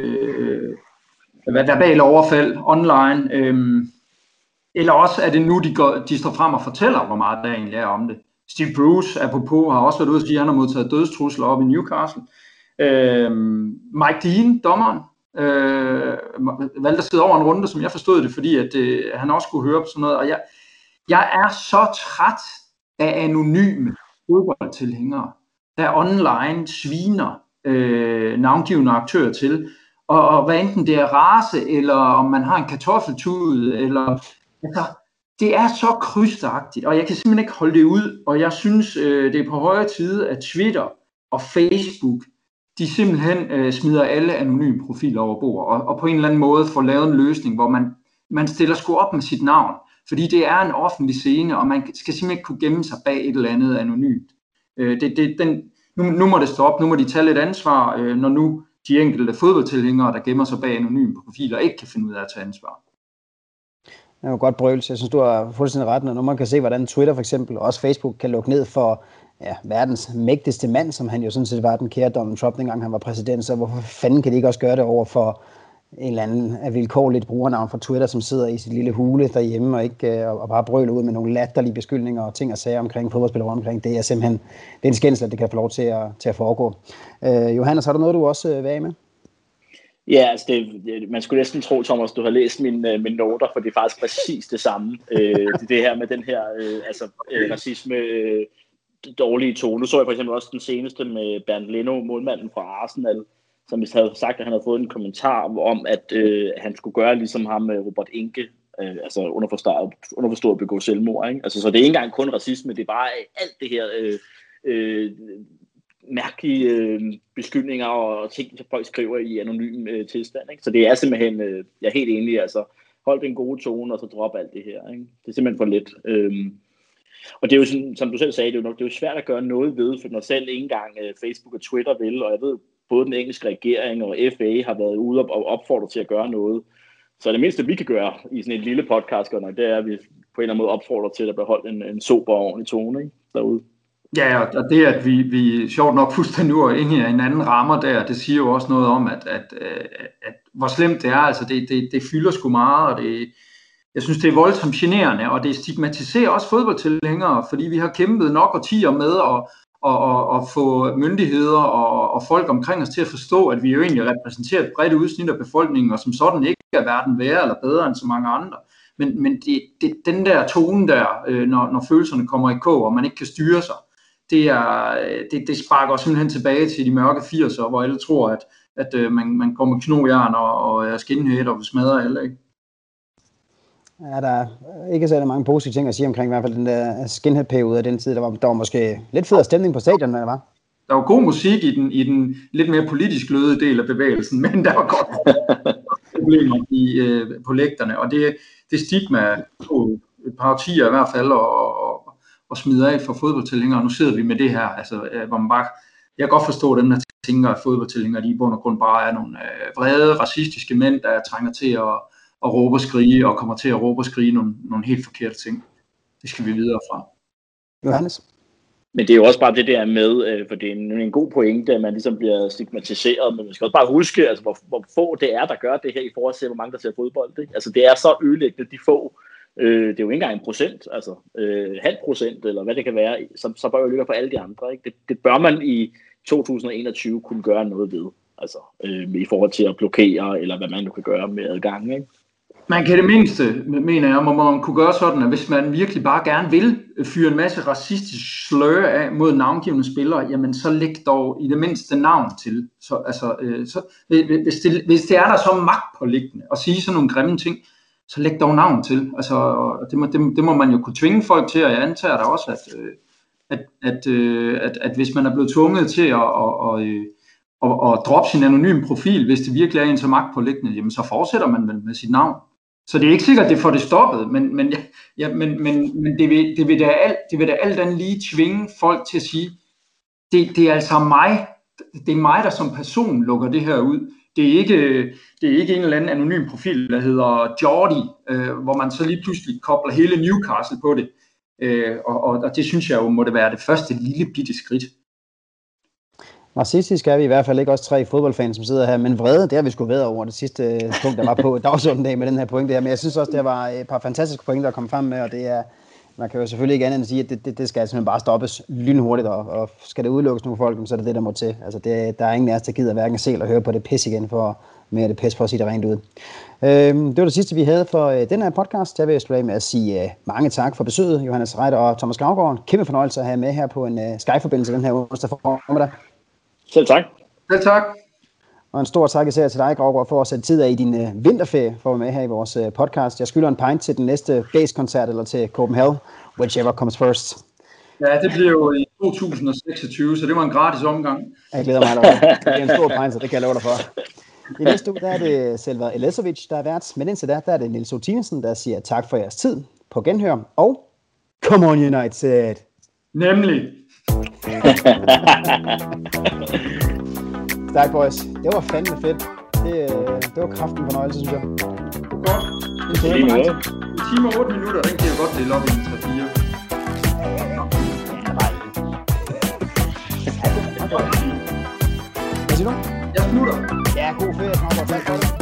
verbale overfald online, eller også er det nu, de står frem og fortæller, hvor meget der egentlig er om det. Steve Bruce, apropos, har også været ude at sige, at han har modtaget dødstrusler op i Newcastle. Mike Dean, dommeren, valgte at sidde over en runde, som jeg forstod det, fordi at, han også kunne høre på sådan noget, og jeg er så træt af anonyme fodboldtilhængere, der online sviner navngivende aktører til, og hvad enten det er race, eller om man har en kartoffeltud, eller altså, det er så krydstagtigt, og jeg kan simpelthen ikke holde det ud, og jeg synes, det er på høje tid, at Twitter og Facebook, de simpelthen smider alle anonyme profiler over bord, og på en eller anden måde får lavet en løsning, hvor man stiller sgu op med sit navn, fordi det er en offentlig scene, og man skal simpelthen ikke kunne gemme sig bag et eller andet anonymt. Nu må det stoppe, nu må de tage lidt ansvar, når nu de enkelte fodboldtilhængere, der gemmer sig bag anonyme profiler, ikke kan finde ud af at tage ansvar. Det er jo godt brølelse. Jeg synes, du har fuldstændig ret, når man kan se, hvordan Twitter for eksempel, og også Facebook, kan lukke ned for verdens mægtigste mand, som han jo sådan set var, den kære Donald Trump, dengang han var præsident. Så hvorfor fanden kan de ikke også gøre det over for en eller anden vilkårligt brugernavn fra Twitter, som sidder i sit lille hule derhjemme og bare brøler ud med nogle latterlige beskyldninger og ting og sager omkring fodboldspillere omkring. Det er simpelthen det er en skændsel, at det kan få lov til at foregå. Johannes, har du noget, du også vil af med? Ja, altså man skulle næsten tro, Thomas, du har læst mine noter, for det er faktisk præcis det samme. Det her med den her racisme, dårlige tone. Nu så jeg for eksempel også den seneste med Bernd Leno, målmanden fra Arsenal, som havde sagt, at han havde fået en kommentar om, at han skulle gøre ligesom ham med Robert Inge, altså underforstået at begå selvmord. Ikke? Altså, så det er ikke engang kun racisme, det er bare alt det her mærkelige beskyldninger og ting, som folk skriver i anonym tilstand. Ikke? Så det er simpelthen, jeg er helt enig, altså hold den gode tone, og så drop alt det her. Ikke? Det er simpelthen for let. Og det er jo sådan, som du selv sagde, det er jo svært at gøre noget ved, for når selv ikke engang Facebook og Twitter vil, og jeg ved, både den engelske regering og FA har været ude og opfordre til at gøre noget. Så det mindste, vi kan gøre i sådan en lille podcast, det er, at vi på en eller anden måde opfordrer til at beholde en sober og ordentlig tone, ikke? Derude. Ja, og det, at vi sjovt nok fuldstændig nu er inde i en anden rammer der, det siger jo også noget om, at hvor slemt det er. Altså det fylder sgu meget, og jeg synes, det er voldsomt generende, og det stigmatiserer også fodboldtilhængere, fordi vi har kæmpet nok årtier med at få myndigheder og folk omkring os til at forstå, at vi jo egentlig repræsenterer et bredt udsnit af befolkningen, og som sådan ikke er hverken værre eller bedre end så mange andre. Men den der tone der, når følelserne kommer i kog, og man ikke kan styre sig, det sparker simpelthen tilbage til de mørke 80'er, hvor alle tror, at man går med knogjern og er skinhead og smadrer alle, ikke? Ja, der er ikke så mange positive ting at sige omkring i hvert fald den der skinhead-periode af den tid. Der var måske lidt federe stemning på stadion, end der var. Der var god musik i den lidt mere politisk løde del af bevægelsen, men der var godt problemer på lægterne, og det stigma på et par årtier i hvert fald og smide af for fodboldtilhængere. Nu sidder vi med det her, altså, hvor man bare, jeg kan godt forstå dem, der tænker, at fodboldtilhængere, de i bund og grund bare er nogle vrede, racistiske mænd, der trænger til at råbe og skrige, og kommer til at råbe og skrige nogle helt forkerte ting. Det skal vi videre fra. Johannes? Men det er jo også bare det der med, for det er en god pointe, at man ligesom bliver stigmatiseret, men man skal også bare huske, altså, hvor få det er, der gør det her, i forhold til, hvor mange der ser fodbold. Ikke? Altså, det er så ødelæggende, de få. Det er jo ikke engang 1%, altså 0,5%, eller hvad det kan være, så bør jo ligge for alle de andre. Ikke? Det bør man i 2021 kunne gøre noget ved, altså i forhold til at blokere, eller hvad man nu kan gøre med adgang. Ikke? Man kan det mindste, mener jeg, må man kunne gøre sådan, at hvis man virkelig bare gerne vil fyre en masse racistisk slør af mod navngivende spillere, jamen så læg dog i det mindste navn til. Så, altså, hvis det er der så magtpåliggende at sige sådan nogle grimme ting, så læg dog navn til. Altså, det må man jo kunne tvinge folk til, og jeg antager da også, at hvis man er blevet tvunget til at droppe sin anonyme profil, hvis det virkelig er en så magtpåliggende, jamen så fortsætter man vel med sit navn. Så det er ikke sikkert, at det får det stoppet, men det vil da alt andet lige tvinge folk til at sige, det er altså mig, det er mig, der som person lukker det her ud. Det er ikke en eller anden anonym profil, der hedder Jordi, hvor man så lige pludselig kobler hele Newcastle på det. Og det synes jeg jo må det være det første lille bitte skridt. Racistisk er vi i hvert fald ikke også 3 fodboldfans, som sidder her, men vrede, det har vi sgu været over det sidste punkt, der var på dagsordenen med den her pointe her. Men jeg synes også, det var et par fantastiske pointer, der kom frem med, og det er, man kan jo selvfølgelig ikke andet end at sige, at det skal simpelthen bare stoppes lynhurtigt, og skal det udelukkes nogle folk, så er det det, der må til. Altså, der er ingen af os, der gider hverken se eller høre på det pis igen, for mere det pis for at sige det rent ud. Det var det sidste, vi havde for den her podcast. Jeg vil slutte af med at sige mange tak for besøget, Johannes Reiter og Thomas Gravgaard. Kæmpe fornøjelse at have med her på en Skype-forbindelse den her onsdag formiddag. Selv tak. Selv tak. Og en stor tak især til dig, Gregor, for at sætte tid af i din vinterferie for at være med her i vores podcast. Jeg skylder en pint til den næste Base-koncert eller til Copenhagen, whichever comes first. Ja, det bliver jo i 2026, så det var en gratis omgang. Jeg glæder mig allerede. Det er en stor pint, så det kan jeg love dig for. I næste uge der er det Selvar Elezovic, der er vært, men indtil der er det Niels Otinesen, der siger tak for jeres tid på genhør, og come on United! Nemlig! Tak, boys. Det var fandme fedt. Det var kraften fornøjelse, synes jeg. Godt. En time og 8 minutter, den kan jeg godt dele op i 3-4. Hvad siger du? Jeg smutter. Ja, god ferie. Tak for det.